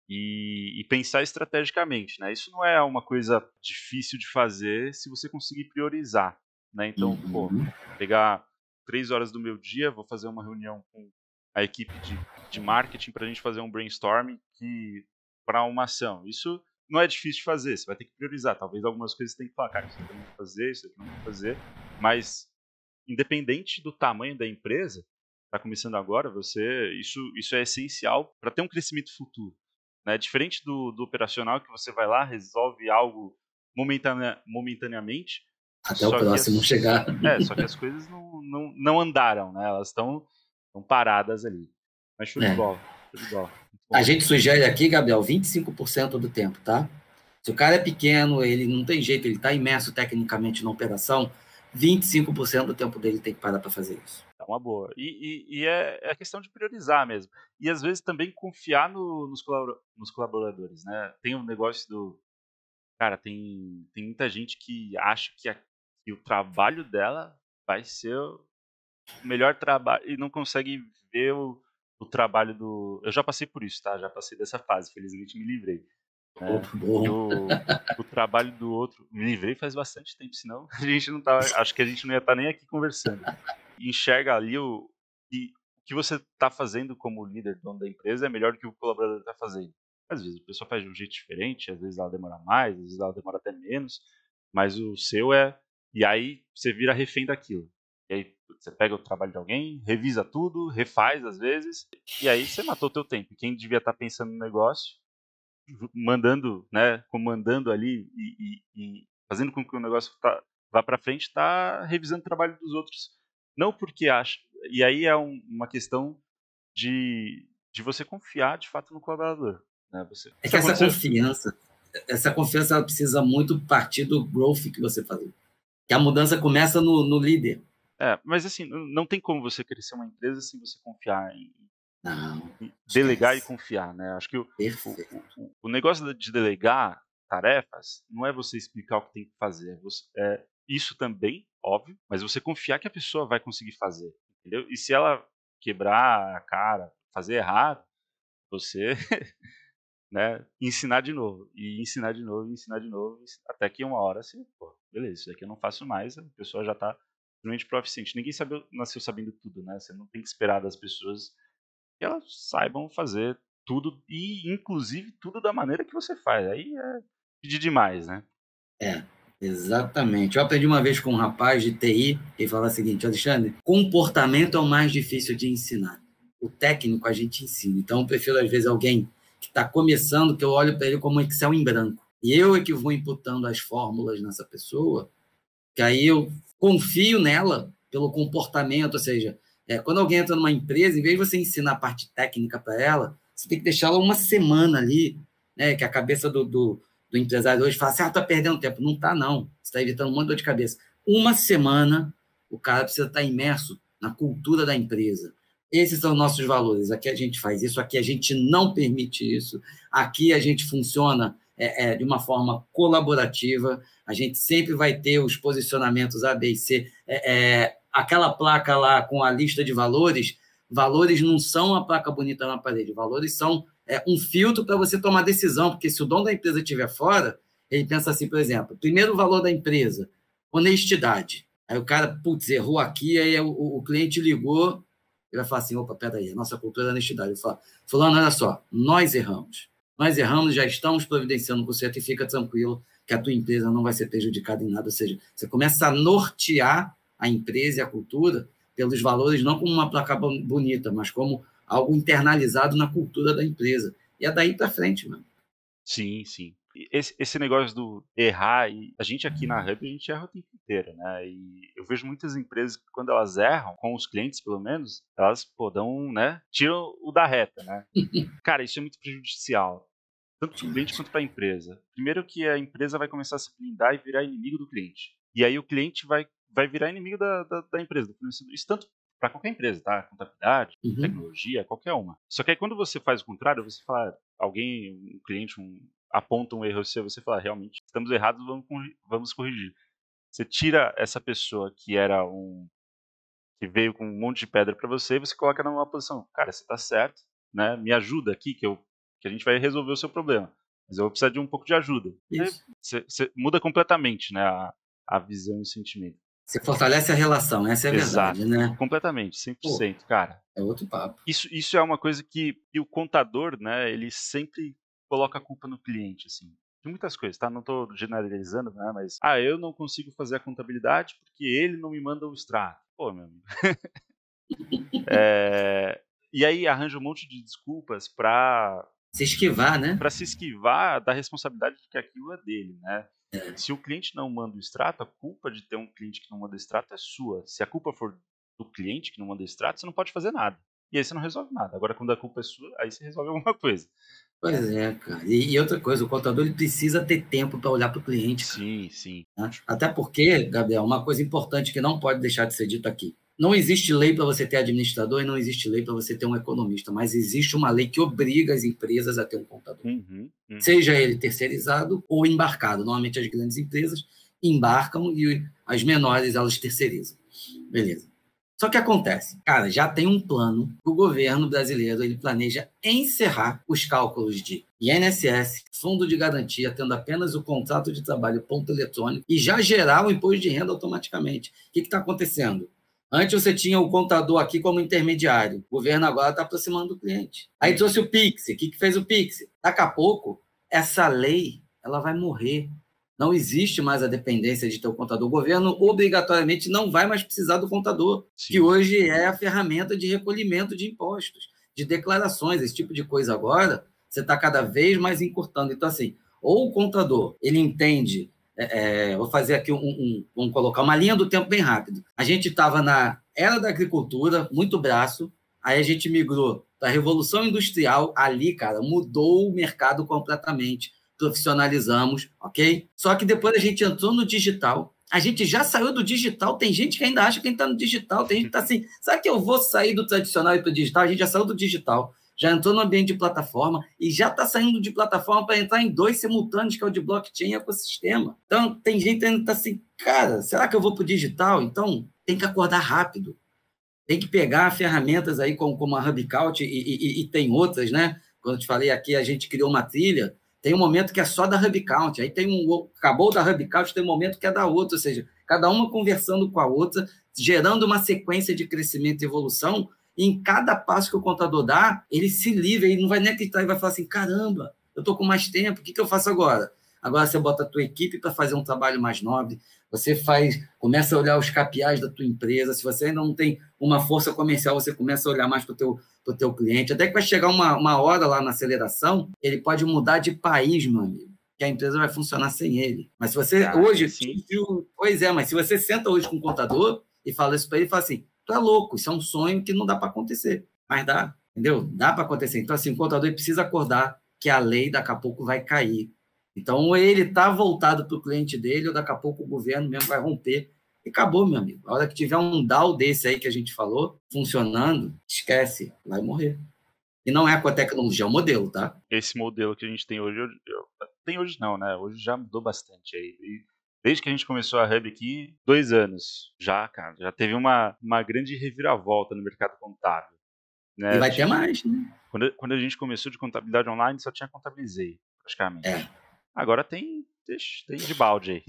E, e pensar estrategicamente, né? Isso não é uma coisa difícil de fazer se você conseguir priorizar, né? Então, Uhum. pô, pegar três horas do meu dia, vou fazer uma reunião com a equipe de, de marketing para a gente fazer um brainstorming para uma ação. Isso não é difícil de fazer, você vai ter que priorizar. Talvez algumas coisas você tenha que falar, cara, isso aqui eu não vou fazer, isso aqui eu não vou fazer, mas independente do tamanho da empresa, está começando agora, você isso, isso é essencial para ter um crescimento futuro. Né? Diferente do, do operacional, que você vai lá, resolve algo momentane, momentaneamente, até o próximo as, chegar. É, só que as coisas não, não, não andaram, né? Elas estão paradas ali. Mas show é. de bola, show de bola. A gente sugere aqui, Gabriel, vinte e cinco por cento do tempo, tá? Se o cara é pequeno, ele não tem jeito, ele está imerso tecnicamente na operação, vinte e cinco por cento do tempo dele tem que parar para fazer isso. É uma boa. E, e, e é, é questão de priorizar mesmo. E às vezes também confiar no, nos, nos colaboradores, né? Tem um negócio do... Cara, tem, tem muita gente que acha que, a, que o trabalho dela vai ser o melhor trabalho e não consegue ver o, o trabalho do... Eu já passei por isso, tá? Já passei dessa fase, felizmente me livrei. Né? Opa, bom. O, o trabalho do outro... Me livrei faz bastante tempo, senão a gente não tava... Acho que a gente não ia estar nem aqui conversando. E enxerga ali o que, o que você está fazendo como líder, dono da empresa, é melhor do que o colaborador está fazendo. Às vezes a pessoa faz de um jeito diferente, às vezes ela demora mais, às vezes ela demora até menos, mas o seu é... E aí você vira refém daquilo. E aí você pega o trabalho de alguém, revisa tudo, refaz às vezes, e aí você matou o teu tempo. Quem devia estar pensando no negócio, mandando, né, comandando ali e, e, e fazendo com que o negócio tá, vá para frente, está revisando o trabalho dos outros. Não porque acha. E aí é um, uma questão de, de você confiar de fato no colaborador. Né? Você, é que essa confiança, essa confiança ela precisa muito partir do growth que você faz. Que a mudança começa no, no líder. É, mas assim, não tem como você crescer uma empresa sem você confiar em, não, em delegar e confiar, né? Acho que o, o, o, o negócio de delegar tarefas não é você explicar o que tem que fazer. Você, é, isso também, óbvio, mas você confiar que a pessoa vai conseguir fazer, entendeu? E se ela quebrar a cara, fazer errado, você né, ensinar de novo, e ensinar de novo, e ensinar de novo, até que uma hora você, pô, beleza, isso daqui eu não faço mais, a pessoa já está realmente proficiente. Ninguém sabe, nasceu sabendo tudo, né? Você não tem que esperar das pessoas que elas saibam fazer tudo, e inclusive tudo da maneira que você faz. Aí é pedir demais, né? É, exatamente. Eu aprendi uma vez com um rapaz de T I, que falava o seguinte: Alexandre, comportamento é o mais difícil de ensinar. O técnico a gente ensina. Então, eu prefiro, às vezes, alguém que está começando, que eu olho para ele como um Excel em branco. E eu é que vou imputando as fórmulas nessa pessoa, que aí eu confio nela pelo comportamento, ou seja, é, quando alguém entra numa empresa, em vez de você ensinar a parte técnica para ela, você tem que deixar ela uma semana ali, né, que a cabeça do, do, do empresário hoje fala assim, ah, tá perdendo tempo. Não tá, não. Você está evitando um monte de dor de cabeça. Uma semana, o cara precisa estar imerso na cultura da empresa. Esses são nossos valores. Aqui a gente faz isso, aqui a gente não permite isso, aqui a gente funciona é, é, de uma forma colaborativa, a gente sempre vai ter os posicionamentos A, B e C. É, é, aquela placa lá com a lista de valores, valores não são a placa bonita na parede, valores são é, um filtro para você tomar decisão, porque se o dono da empresa estiver fora, ele pensa assim, por exemplo, primeiro valor da empresa, honestidade. Aí o cara, putz, errou aqui, aí o, o cliente ligou, ele vai falar assim, opa, peraí, a nossa cultura é honestidade. Ele fala, fulano, olha só, nós erramos. Nós erramos, já estamos providenciando o conserto e fica tranquilo que a tua empresa não vai ser prejudicada em nada. Ou seja, você começa a nortear a empresa e a cultura pelos valores, não como uma placa bonita, mas como algo internalizado na cultura da empresa. E é daí para frente, mano. Sim, sim. Esse, esse negócio do errar, e a gente aqui na Hub, a gente erra o tempo inteiro, né? E eu vejo muitas empresas que quando elas erram, com os clientes pelo menos, elas, pô, dão, né? Tiram o da reta, né? Cara, isso é muito prejudicial, tanto para o cliente quanto para a empresa. Primeiro que a empresa vai começar a se blindar e virar inimigo do cliente. E aí o cliente vai, vai virar inimigo da, da, da empresa, do fornecedor. Isso tanto para qualquer empresa, tá? Contabilidade, uhum. tecnologia, qualquer uma. Só que aí quando você faz o contrário, você fala, alguém, um cliente, um, aponta um erro seu, você fala, realmente, estamos errados, vamos, vamos corrigir. Você tira essa pessoa que era um... que veio com um monte de pedra para você, e você coloca numa posição, cara, você tá certo, né? Me ajuda aqui, que, eu, que a gente vai resolver o seu problema. Mas eu vou precisar de um pouco de ajuda. Você, você muda completamente, né, a, a visão e o sentimento. Você fortalece a relação, essa é a Exato, verdade, né? Completamente, cem por cento, Pô, cara. É outro papo. Isso, isso é uma coisa que, que o contador, né, ele sempre coloca a culpa no cliente, assim. De muitas coisas, tá? Não estou generalizando, né, mas... Ah, eu não consigo fazer a contabilidade porque ele não me manda o extrato. Pô, meu amigo. é... E aí arranja um monte de desculpas para... se esquivar, né? Para se esquivar da responsabilidade de que aquilo é dele, né? É. Se o cliente não manda o extrato, a culpa de ter um cliente que não manda o extrato é sua. Se a culpa for do cliente que não manda o extrato, você não pode fazer nada. E aí você não resolve nada. Agora, quando a culpa é sua, aí você resolve alguma coisa. Pois é, cara. E, e outra coisa, o contador ele precisa ter tempo para olhar para o cliente. Cara. Sim, sim. Né? Até porque, Gabriel, uma coisa importante que não pode deixar de ser dito aqui. Não existe lei para você ter administrador e não existe lei para você ter um economista, mas existe uma lei que obriga as empresas a ter um contador. Uhum, uhum. Seja ele terceirizado ou embarcado. Normalmente as grandes empresas embarcam e as menores elas terceirizam. Beleza. Só que acontece, cara, já tem um plano, o governo brasileiro ele planeja encerrar os cálculos de I N S S, fundo de garantia, tendo apenas o contrato de trabalho ponto eletrônico e já gerar o imposto de renda automaticamente. O que está acontecendo? Antes você tinha o contador aqui como intermediário. O governo agora está aproximando do cliente. Aí trouxe o Pix. O que, que fez o Pix? Daqui a pouco, essa lei ela vai morrer. Não existe mais a dependência de ter o contador. O governo, obrigatoriamente, não vai mais precisar do contador, Sim. que hoje é a ferramenta de recolhimento de impostos, de declarações, esse tipo de coisa agora, você está cada vez mais encurtando. Então, assim, ou o contador, ele entende... É, vou fazer aqui um, um... Vamos colocar uma linha do tempo bem rápido. A gente estava na era da agricultura, muito braço, aí a gente migrou da Revolução Industrial, ali, cara, mudou o mercado completamente. Profissionalizamos, ok? Só que depois a gente entrou no digital, a gente já saiu do digital, tem gente que ainda acha que a gente está no digital, tem gente que está assim, sabe que eu vou sair do tradicional e para o digital? A gente já saiu do digital, já entrou no ambiente de plataforma e já está saindo de plataforma para entrar em dois simultâneos, que é o de blockchain e ecossistema. Então, tem gente que ainda está assim, cara, será que eu vou para o digital? Então, tem que acordar rápido. Tem que pegar ferramentas aí como, como a HubCount e, e, e tem outras, né? Quando eu te falei aqui, a gente criou uma trilha, tem um momento que é só da HubCount, aí tem um, acabou da HubCount, tem um momento que é da outra, ou seja, cada uma conversando com a outra, gerando uma sequência de crescimento e evolução, e em cada passo que o contador dá, ele se livra, ele não vai nem acreditar, ele vai falar assim, caramba, eu estou com mais tempo, o que, que eu faço agora? Agora você bota a tua equipe para fazer um trabalho mais nobre, você faz, começa a olhar os K P Is da tua empresa, se você ainda não tem uma força comercial, você começa a olhar mais para o teu, pro teu cliente, até que vai chegar uma, uma hora lá na aceleração, ele pode mudar de país, meu amigo. que a empresa vai funcionar sem ele. Mas se você Ah, hoje, sim. pois é, mas se você senta hoje com um contador e fala isso para ele, fala assim, tu é louco, isso é um sonho que não dá para acontecer. Mas dá, entendeu? Dá para acontecer. Então, assim, o contador precisa acordar que a lei daqui a pouco vai cair. Então, ou ele está voltado para o cliente dele, ou daqui a pouco o governo mesmo vai romper. E acabou, meu amigo. A hora que tiver um D A O desse aí que a gente falou, funcionando, esquece, vai morrer. E não é com a tecnologia, é o modelo, tá? Esse modelo que a gente tem hoje, eu, eu, tem hoje não, né? Hoje já mudou bastante aí. E desde que a gente começou a Hub aqui, dois anos já, cara, já teve uma, uma grande reviravolta no mercado contábil. E Né? vai ter Tinha, mais, né? quando, quando a gente começou de contabilidade online, só tinha Contabilizei, praticamente. É. Agora tem, tem de balde aí.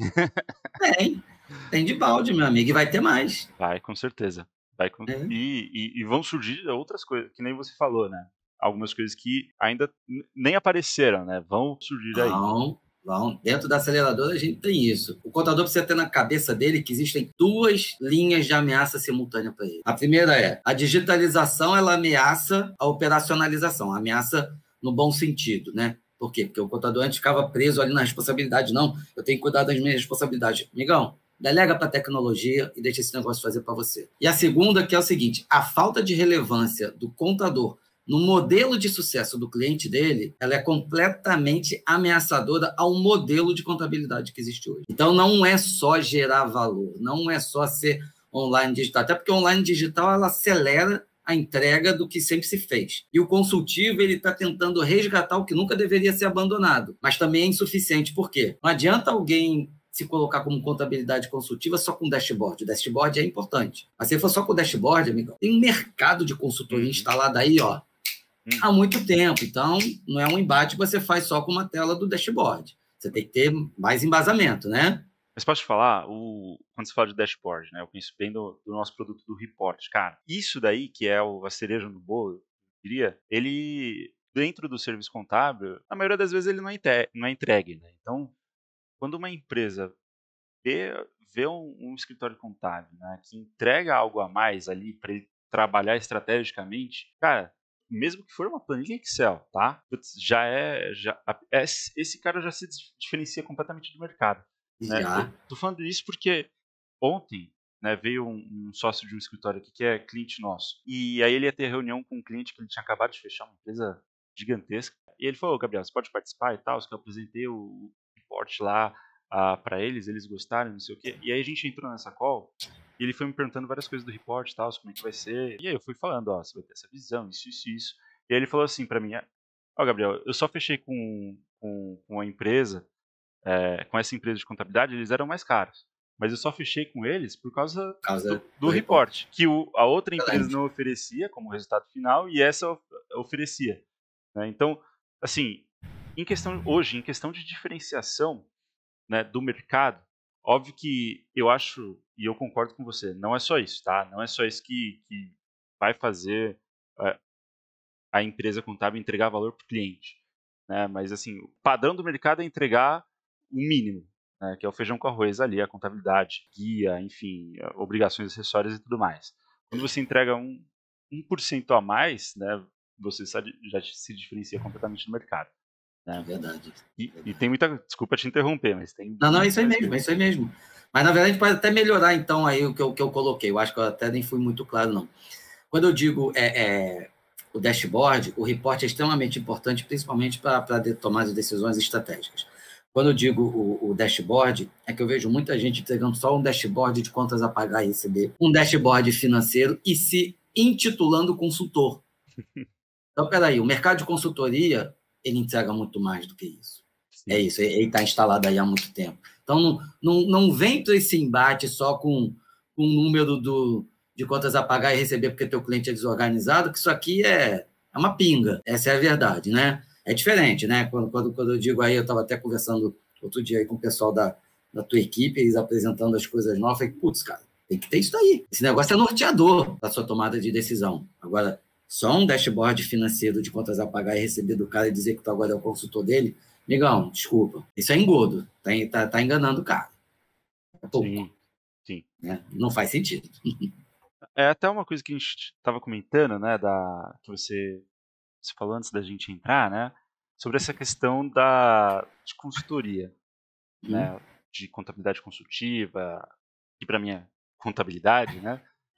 Tem. Tem de balde, meu amigo, e vai ter mais. Vai, com certeza. Vai com... É. E, e, e vão surgir outras coisas, que nem você falou, né? Algumas coisas que ainda nem apareceram, né? Vão surgir aí. Vão, vão. Dentro da aceleradora a gente tem isso. O contador precisa ter na cabeça dele que existem duas linhas de ameaça simultânea para ele. A primeira é a digitalização, ela ameaça a operacionalização, ameaça no bom sentido, né? Por quê? Porque o contador antes ficava preso ali na responsabilidade. Não, eu tenho que cuidar das minhas responsabilidades. Amigão, delega para a tecnologia e deixa esse negócio fazer para você. E a segunda, que é o seguinte, a falta de relevância do contador no modelo de sucesso do cliente dele, ela é completamente ameaçadora ao modelo de contabilidade que existe hoje. Então, não é só gerar valor, não é só ser online digital, até porque o online digital ela acelera a entrega do que sempre se fez. E o consultivo ele está tentando resgatar o que nunca deveria ser abandonado, mas também é insuficiente. Por quê? Não adianta alguém se colocar como contabilidade consultiva só com dashboard. O dashboard é importante. Mas se for só com dashboard, amigo, tem um mercado de consultoria uhum. instalado aí, ó, uhum. há muito tempo. Então, não é um embate que você faz só com uma tela do dashboard. Você tem que ter mais embasamento, né? Mas posso te falar, o... quando você fala de dashboard, né? Eu penso bem do, do nosso produto do report. Cara, isso daí, que é o, a cereja no bolo, eu diria, ele, dentro do serviço contábil, a maioria das vezes ele não é, inte... não é entregue, né? Então, quando uma empresa vê, vê um, um escritório contábil, né, que entrega algo a mais ali para ele trabalhar estrategicamente, cara, mesmo que for uma planilha Excel, tá? Já é, já, é esse cara já se diferencia completamente do mercado. Né? Já. Tô, tô falando isso porque ontem, né, veio um, um sócio de um escritório aqui que é cliente nosso, e aí ele ia ter reunião com um cliente que ele tinha acabado de fechar, uma empresa gigantesca, e ele falou, Gabriel, você pode participar e tal, que eu apresentei o report lá Uh, para eles, eles gostaram, não sei o quê. E aí a gente entrou nessa call e ele foi me perguntando várias coisas do report e tal, como é que vai ser. E aí eu fui falando, ó, você vai ter essa visão, isso, isso, isso. E aí ele falou assim para mim, ó, oh, Gabriel, eu só fechei com, com, com a empresa, é, com essa empresa de contabilidade, eles eram mais caros. Mas eu só fechei com eles por causa, causa do, do, do report, report, que o, a outra Excelente. empresa não oferecia como resultado final e essa oferecia. Né? Então, assim, em questão, hoje, em questão de diferenciação, né, do mercado, óbvio que eu acho, e eu concordo com você, não é só isso, tá? Não é só isso que, que vai fazer uh, a empresa contábil entregar valor para o cliente. Né? Mas, assim, o padrão do mercado é entregar o mínimo, né, que é o feijão com arroz ali, a contabilidade, guia, enfim, obrigações acessórias e tudo mais. Quando você entrega um, um por cento a mais, né, você já se diferencia completamente do mercado. É verdade. E, e tem muita... Desculpa te interromper, mas tem... Não, não, é isso aí mesmo, é isso aí mesmo. Mas, na verdade, a gente pode até melhorar, então, aí o que eu, que eu coloquei. Eu acho que eu até nem fui muito claro, não. Quando eu digo é, é, o dashboard, o report é extremamente importante, principalmente para a tomada de decisões estratégicas. Quando eu digo o, o dashboard, é que eu vejo muita gente entregando só um dashboard de contas a pagar e receber, um dashboard financeiro e se intitulando consultor. Então, peraí, o mercado de consultoria ele entrega muito mais do que isso. Sim. É isso, ele está instalado aí há muito tempo. Então, não, não, não vem para esse embate só com, com o número do, de contas a pagar e receber porque teu cliente é desorganizado, que isso aqui é, é uma pinga, essa é a verdade, né? É diferente, né? Quando, quando, quando eu digo aí, eu estava até conversando outro dia aí com o pessoal da, da tua equipe, eles apresentando as coisas novas, eu falei, putz, cara, tem que ter isso aí. Esse negócio é norteador para sua tomada de decisão. Agora, só um dashboard financeiro de contas a pagar e receber do cara e dizer que tu agora é o consultor dele, amigão, desculpa, isso é engodo, tá, tá, tá enganando o cara. É pouco. Sim, sim. Né? Não faz sentido. É até uma coisa que a gente estava comentando, né, da, que você, você falou antes da gente entrar, né, sobre essa questão da, de consultoria, Hum. né? De contabilidade consultiva, que para mim é contabilidade, né?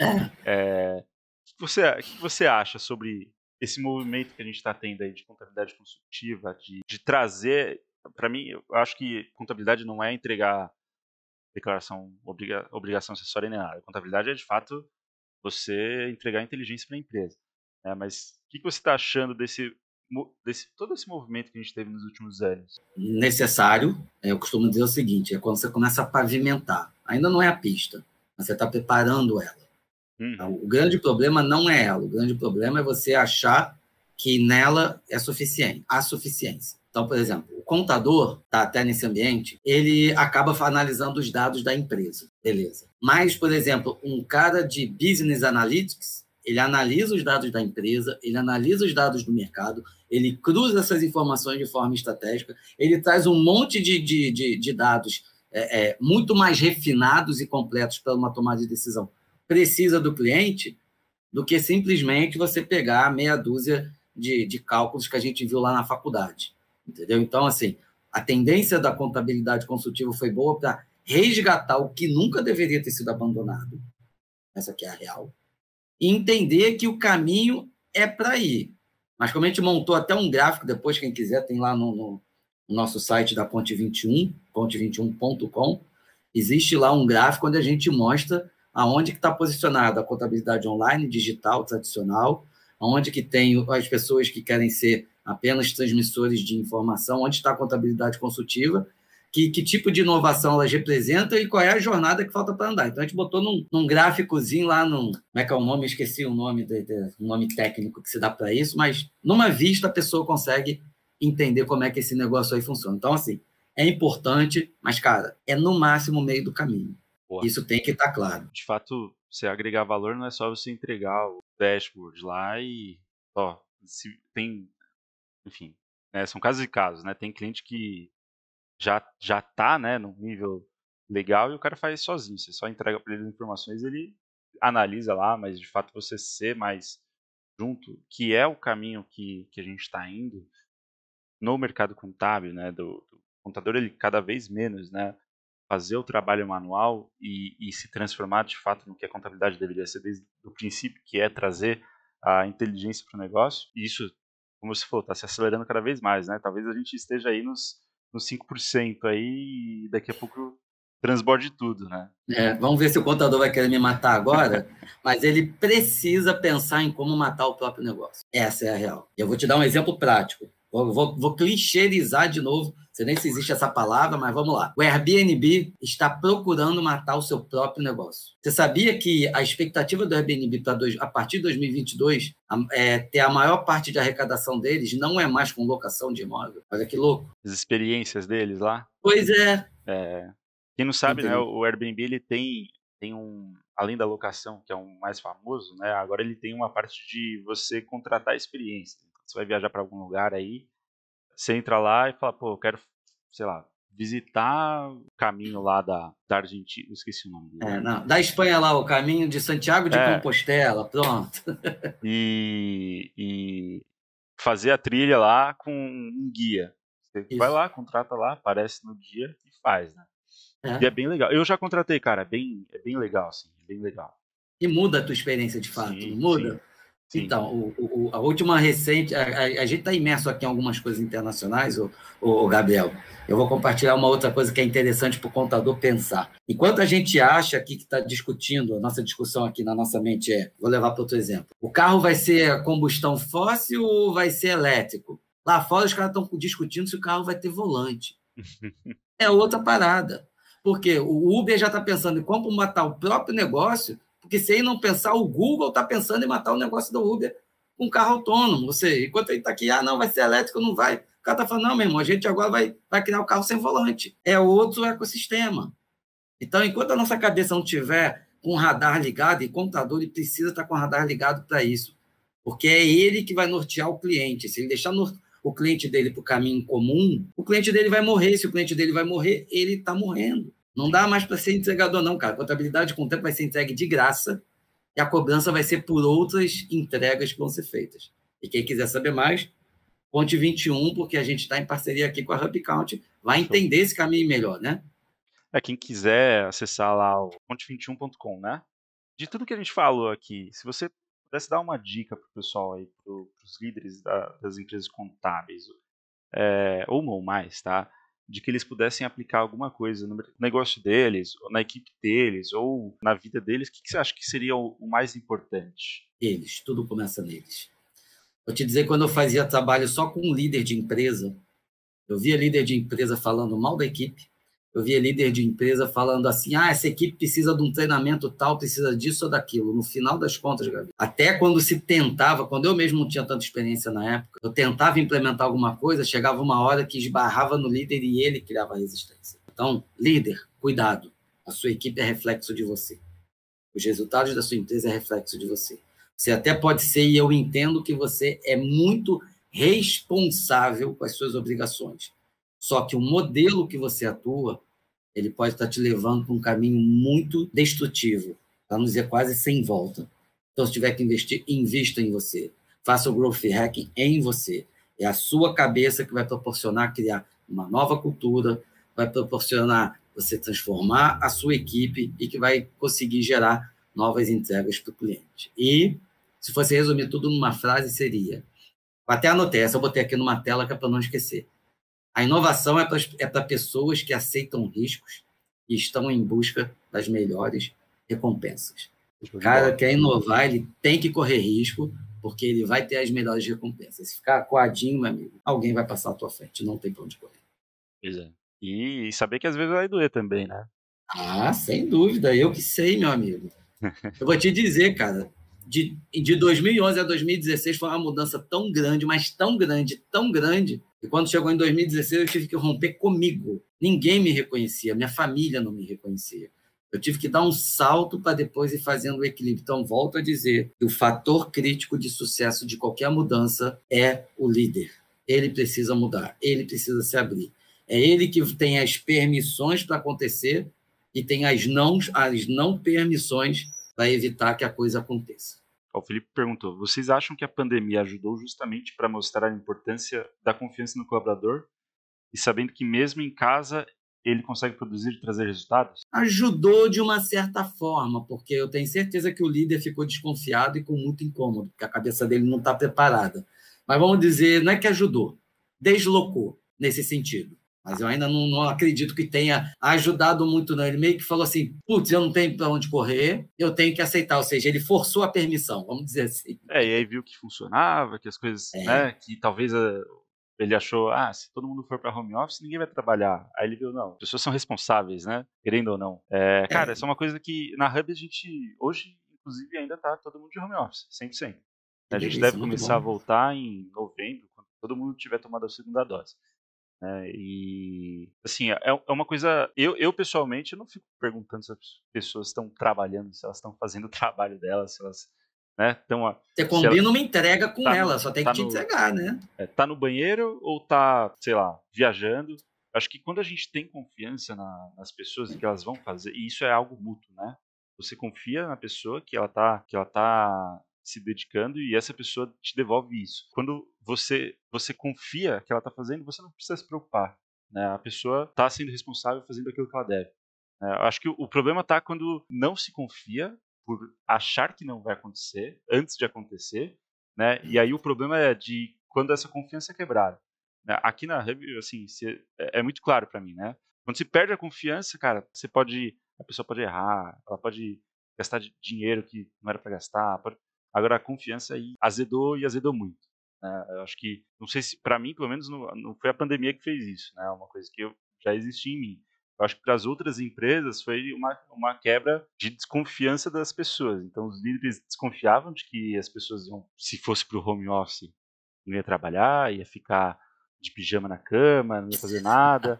É, o que você, o que você acha sobre esse movimento que a gente está tendo aí de contabilidade consultiva, de, de trazer, para mim, eu acho que contabilidade não é entregar declaração, obriga, obrigação acessória nem nada. Contabilidade é, de fato, você entregar inteligência para a empresa. Né? Mas o que, que você está achando desse, desse todo esse movimento que a gente teve nos últimos anos? Necessário, eu costumo dizer o seguinte, é quando você começa a pavimentar. Ainda não é a pista, mas você está preparando ela. Uhum. O grande problema não é ela, o grande problema é você achar que nela é suficiente, há suficiência. Então, por exemplo, o contador, tá até nesse ambiente, ele acaba analisando os dados da empresa, beleza. Mas, por exemplo, um cara de Business Analytics, ele analisa os dados da empresa, ele analisa os dados do mercado, ele cruza essas informações de forma estratégica, ele traz um monte de, de, de, de dados é, é, muito mais refinados e completos para uma tomada de decisão precisa do cliente do que simplesmente você pegar meia dúzia de, de cálculos que a gente viu lá na faculdade, entendeu? Então, assim, a tendência da contabilidade consultiva foi boa para resgatar o que nunca deveria ter sido abandonado, essa aqui é a real, e entender que o caminho é para ir. Mas como a gente montou até um gráfico, depois quem quiser tem lá no, no, no nosso site da Ponte vinte e um, ponte vinte e um ponto com, existe lá um gráfico onde a gente mostra aonde que está posicionada a contabilidade online, digital, tradicional, aonde que tem as pessoas que querem ser apenas transmissores de informação, onde está a contabilidade consultiva, que, que tipo de inovação elas representam e qual é a jornada que falta para andar. Então, a gente botou num, num gráficozinho lá, num, como é que é o nome? Esqueci o nome, de, de, o nome técnico que se dá para isso, mas numa vista a pessoa consegue entender como é que esse negócio aí funciona. Então, assim, é importante, mas, cara, é no máximo o meio do caminho. Boa. Isso tem que estar claro. De fato, você agregar valor não é só você entregar o dashboard lá e, ó, se tem, enfim, né, são casos e casos, né? Tem cliente que já já tá, né, num nível legal e o cara faz sozinho. Você só entrega para ele as informações, ele analisa lá, mas de fato você ser mais junto, que é o caminho que, que a gente está indo no mercado contábil, né? Do, do contador, ele cada vez menos, né? Fazer o trabalho manual e, e se transformar de fato no que a contabilidade deveria ser desde o princípio, que é trazer a inteligência para o negócio. E isso, como você falou, está se acelerando cada vez mais, né? Talvez a gente esteja aí nos, nos cinco por cento aí e daqui a pouco transborde tudo, né? É, vamos ver se o contador vai querer me matar agora, mas ele precisa pensar em como matar o próprio negócio. Essa é a real. Eu vou te dar um exemplo prático. Vou, vou, vou clichêizar de novo, não sei nem se existe essa palavra, mas vamos lá. O Airbnb está procurando matar o seu próprio negócio. Você sabia que a expectativa do Airbnb para dois, a partir de dois mil e vinte e dois é ter a maior parte de arrecadação deles não é mais com locação de imóvel? Olha que louco. As experiências deles lá? Pois é. É. Quem não sabe, né, o Airbnb ele tem, tem um, além da locação, que é um mais famoso, né, agora ele tem uma parte de você contratar a experiência. Você vai viajar para algum lugar aí, você entra lá e fala, pô, eu quero, sei lá, visitar o caminho lá da, da Argentina, eu esqueci o nome dele. É, não, da Espanha lá, o caminho de Santiago de é. Compostela, pronto. E, e fazer a trilha lá com um guia. Você Isso. vai lá, contrata lá, aparece no dia e faz, né? É. E é bem legal. Eu já contratei, cara, é bem, é bem legal, assim, é bem legal. E muda a tua experiência de fato, sim, não muda? Sim, sim. Então, o, o, a última recente, a, a, a gente está imerso aqui em algumas coisas internacionais, o, o, o Gabriel. Eu vou compartilhar uma outra coisa que é interessante para o contador pensar. Enquanto a gente acha aqui que está discutindo, a nossa discussão aqui na nossa mente é, vou levar para outro exemplo, o carro vai ser combustão fóssil ou vai ser elétrico? Lá fora os caras estão discutindo se o carro vai ter volante. É outra parada. Porque o Uber já está pensando em como matar o próprio negócio, porque se ele não pensar, o Google está pensando em matar o negócio do Uber com carro autônomo. Ou seja, enquanto ele está aqui, ah, não, vai ser elétrico, não vai. O cara está falando, não, meu irmão, a gente agora vai, vai criar o carro sem volante. É outro ecossistema. Então, enquanto a nossa cabeça não tiver com o radar ligado, e o computador ele precisa estar com o radar ligado para isso, porque é ele que vai nortear o cliente. Se ele deixar no, o cliente dele para o caminho comum, o cliente dele vai morrer. Se o cliente dele vai morrer, ele está morrendo. Não dá mais para ser entregador, não, cara. A contabilidade, com o tempo, vai ser entregue de graça e a cobrança vai ser por outras entregas que vão ser feitas. E quem quiser saber mais, Ponte vinte e um, porque a gente está em parceria aqui com a Hub Count, vai Show. entender esse caminho melhor, né? É, quem quiser acessar lá o ponte vinte e um ponto com, né? De tudo que a gente falou aqui, se você pudesse dar uma dica para o pessoal aí, para os líderes da, das empresas contábeis, é, ou não mais, tá? De que eles pudessem aplicar alguma coisa no negócio deles, ou na equipe deles, ou na vida deles, o que, que você acha que seria o, o mais importante? Eles, tudo começa neles. Vou te dizer, quando eu fazia trabalho só com um líder de empresa, eu via líder de empresa falando mal da equipe, eu via líder de empresa falando assim, ah, essa equipe precisa de um treinamento tal, precisa disso ou daquilo. No final das contas, Gabi, até quando se tentava, quando eu mesmo não tinha tanta experiência na época, eu tentava implementar alguma coisa, chegava uma hora que esbarrava no líder e ele criava resistência. Então, líder, cuidado. A sua equipe é reflexo de você. Os resultados da sua empresa é reflexo de você. Você até pode ser, e eu entendo que você é muito responsável com as suas obrigações. Só que o modelo que você atua, ele pode estar te levando para um caminho muito destrutivo, para não dizer quase sem volta. Então, se tiver que investir, invista em você. Faça o growth hacking em você. É a sua cabeça que vai proporcionar criar uma nova cultura, vai proporcionar você transformar a sua equipe e que vai conseguir gerar novas entregas para o cliente. E, se fosse resumir tudo numa frase, seria... Até anotei, essa eu botei aqui numa tela que é para não esquecer. A inovação é para é para pessoas que aceitam riscos e estão em busca das melhores recompensas. O cara quer inovar, ele tem que correr risco, porque ele vai ter as melhores recompensas. Se ficar coadinho, meu amigo, alguém vai passar à tua frente, não tem para onde correr. Pois é. E saber que às vezes vai doer também, né? Ah, sem dúvida, eu que sei, meu amigo. Eu vou te dizer, cara, de, de dois mil e onze a dois mil e dezesseis foi uma mudança tão grande, mas tão grande, tão grande, que quando chegou em dois mil e dezesseis eu tive que romper comigo. Ninguém me reconhecia, minha família não me reconhecia. Eu tive que dar um salto para depois ir fazendo o equilíbrio. Então, volto a dizer que o fator crítico de sucesso de qualquer mudança é o líder. Ele precisa mudar, ele precisa se abrir. É ele que tem as permissões para acontecer e tem as não, as não permissões para evitar que a coisa aconteça. O Felipe perguntou, vocês acham que a pandemia ajudou justamente para mostrar a importância da confiança no colaborador e sabendo que mesmo em casa ele consegue produzir e trazer resultados? Ajudou de uma certa forma, porque eu tenho certeza que o líder ficou desconfiado e com muito incômodo, porque a cabeça dele não está preparada. Mas vamos dizer, não é que ajudou, deslocou nesse sentido. Mas eu ainda não, não acredito que tenha ajudado muito, não. Ele meio que falou assim, putz, eu não tenho para onde correr, eu tenho que aceitar. Ou seja, ele forçou a permissão, vamos dizer assim. É, e aí viu que funcionava, que as coisas, É. né, que talvez a, ele achou, ah, se todo mundo for para home office, ninguém vai trabalhar. Aí ele viu, não, as pessoas são responsáveis, né, querendo ou não. É, cara, É. essa é uma coisa que na Hub a gente, hoje, inclusive, ainda tá todo mundo de home office, cem por cento. A gente delícia, deve muito começar bom. a voltar em novembro, quando todo mundo tiver tomado a segunda dose. É, e assim, é, é uma coisa. Eu, eu pessoalmente eu não fico perguntando se as pessoas estão trabalhando, se elas estão fazendo o trabalho delas, se elas estão. Né, Você se ela combina uma entrega com tá ela, no, só tem tá que te no, entregar, né? é, tá no banheiro ou tá, sei lá, viajando. Acho que quando a gente tem confiança na, nas pessoas e que elas vão fazer, e isso é algo mútuo, né? Você confia na pessoa que ela tá, que ela tá se dedicando e essa pessoa te devolve isso. Quando você você confia que ela está fazendo, você não precisa se preocupar. Né? A pessoa está sendo responsável fazendo aquilo que ela deve. É, eu acho que o, o problema está quando não se confia por achar que não vai acontecer antes de acontecer, né? E aí o problema é de quando essa confiança é quebrada. Né? Aqui na Hub, assim, se, é, é muito claro para mim, né? Quando se perde a confiança, cara, você pode, a pessoa pode errar, ela pode gastar dinheiro que não era para gastar, pode, agora a confiança aí azedou e azedou muito. Né? Eu acho que, não sei se, para mim, pelo menos, não, não foi a pandemia que fez isso, né? Uma coisa que eu, já existia em mim. Eu acho que para as outras empresas foi uma, uma quebra de desconfiança das pessoas. Então, os líderes desconfiavam de que as pessoas iam, se fosse para o home office, não ia trabalhar, ia ficar de pijama na cama, não ia fazer nada.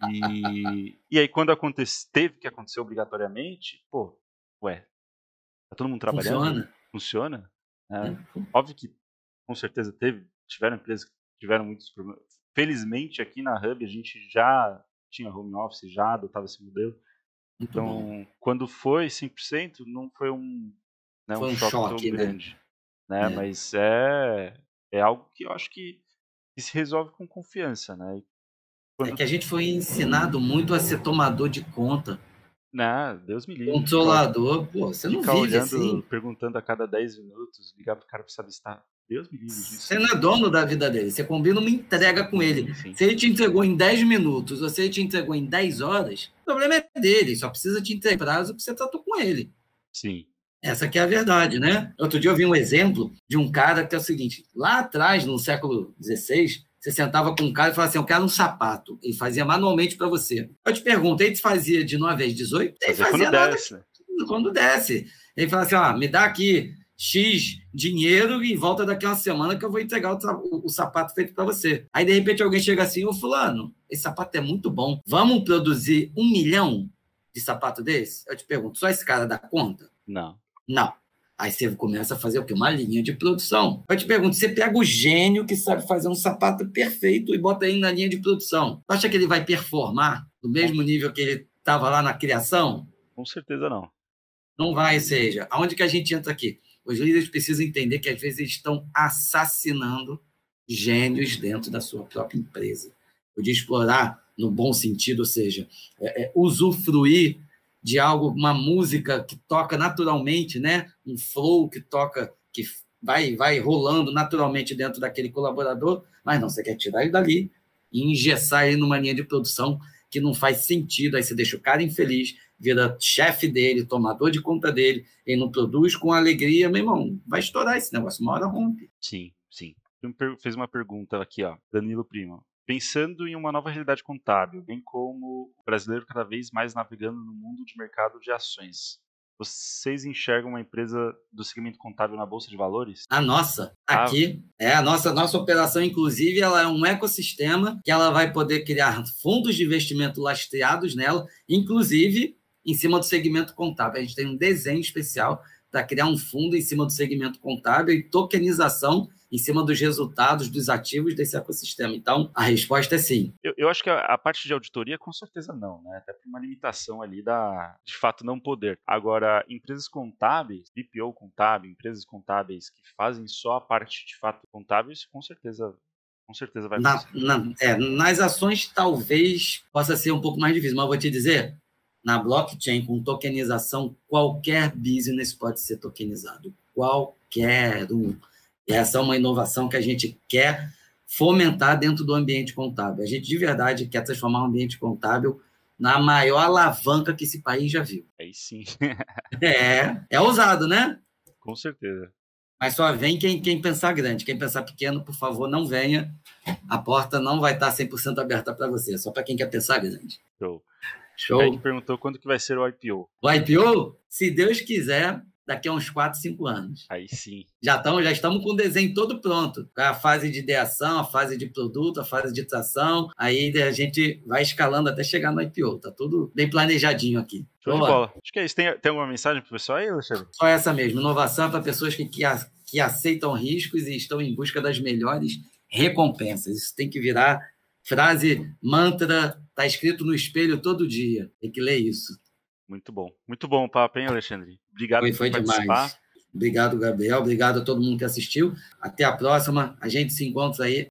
E, e aí, quando acontece, teve que acontecer obrigatoriamente, pô, ué, tá todo mundo trabalhando? Funciona. Funciona? É, É. óbvio que com certeza teve, tiveram empresas que tiveram muitos problemas. Felizmente aqui na Hub a gente já tinha home office, já adotava esse modelo. Muito Então, bom. quando foi cem por cento, não foi um, né, um Foi um choque tão choque, né? grande. Né? É. Mas é, é algo que eu acho que E se resolve com confiança, né? E É quando que a gente foi ensinado muito a ser tomador de conta, né, Deus me livre, ficar controlador. Pô, você não ficar vive olhando, assim. perguntando a cada dez minutos, ligar pro cara pra saber se tá Deus me livre disso. Você não é dono da vida dele. Você combina uma entrega com ele. Sim, sim. Se ele te entregou em dez minutos ou se ele te entregou em dez horas, o problema é dele. Só precisa te entregar prazo que você tratou com ele. Sim. Essa que é a verdade, né? Outro dia eu vi um exemplo de um cara que é o seguinte: lá atrás, no século dezesseis, você sentava com um cara e falava assim: eu quero um sapato. Ele fazia manualmente para você. Eu te pergunto, ele fazia de nove às dezoito? Ele Fazer quando fazia nada desce, né? quando desce. Ele fala assim: ó, me dá aqui X dinheiro e volta daqui a uma semana que eu vou entregar o, tra- o- o sapato feito para você. Aí, de repente, alguém chega assim: ô, fulano, esse sapato é muito bom. Vamos produzir um milhão de sapato desse? Eu te pergunto, só esse cara dá conta? Não. Não. Aí você começa a fazer o quê? Uma linha de produção. Eu te pergunto, você pega o gênio que sabe fazer um sapato perfeito e bota ele na linha de produção. Tu acha que ele vai performar no mesmo nível que ele estava lá na criação? Com certeza não. Não vai, seja. Aonde que a gente entra aqui? Os líderes precisam entender que às vezes eles estão assassinando gênios dentro da sua própria empresa. Podia explorar no bom sentido, ou seja, é, é, usufruir de algo, uma música que toca naturalmente, né? Um flow que toca, que vai, vai rolando naturalmente dentro daquele colaborador, mas não, você quer tirar ele dali e engessar ele numa linha de produção que não faz sentido, aí você deixa o cara infeliz, vira chefe dele, tomador de conta dele, ele não produz com alegria, meu irmão, vai estourar esse negócio, uma hora rompe. Sim, sim. Ele me per- fez uma pergunta aqui, ó, Danilo Primo. Pensando em uma nova realidade contábil, bem como o brasileiro cada vez mais navegando no mundo de mercado de ações, vocês enxergam uma empresa do segmento contábil na Bolsa de Valores? A nossa, Ah, aqui, é a nossa, nossa operação, inclusive, ela é um ecossistema que ela vai poder criar fundos de investimento lastreados nela, inclusive em cima do segmento contábil. A gente tem um desenho especial para criar um fundo em cima do segmento contábil e tokenização em cima dos resultados dos ativos desse ecossistema. Então, a resposta é sim. eu, eu acho que a, a parte de auditoria, com certeza não, né? Até por uma limitação ali da, de fato, não poder. Agora, empresas contábeis, B P O contábil, empresas contábeis que fazem só a parte de fato contábil, isso com certeza, com certeza vai Na, acontecer. na, é, nas ações, talvez possa ser um pouco mais difícil, mas eu vou te dizer, na blockchain, com tokenização, qualquer business pode ser tokenizado. Qualquer um. E essa é uma inovação que a gente quer fomentar dentro do ambiente contábil. A gente, de verdade, quer transformar o ambiente contábil na maior alavanca que esse país já viu. Aí sim, É, é ousado, né? com certeza. Mas só vem quem, quem pensar grande. Quem pensar pequeno, por favor, não venha. A porta não vai estar cem por cento aberta para você. É só para quem quer pensar grande. Show. Show. Kaique perguntou quando que vai ser o I P O. O I P O, se Deus quiser, daqui a uns quatro, cinco anos. Aí sim. Já, tão, já estamos com o desenho todo pronto. A fase de ideação, a fase de produto, a fase de tração. Aí a gente vai escalando até chegar no I P O. Tá tudo bem planejadinho aqui. Show de Boa. bola. Acho que é isso. Tem, tem alguma mensagem pro pessoal aí, Alexandre? Só essa mesmo. Inovação é para pessoas que, que, a- que aceitam riscos e estão em busca das melhores recompensas. Isso tem que virar frase, mantra, tá escrito no espelho todo dia. Tem que ler isso. Muito bom. Muito bom o papo, hein, Alexandre? Obrigado Foi, por foi participar. demais. Obrigado, Gabriel. Obrigado a todo mundo que assistiu. Até a próxima. A gente se encontra aí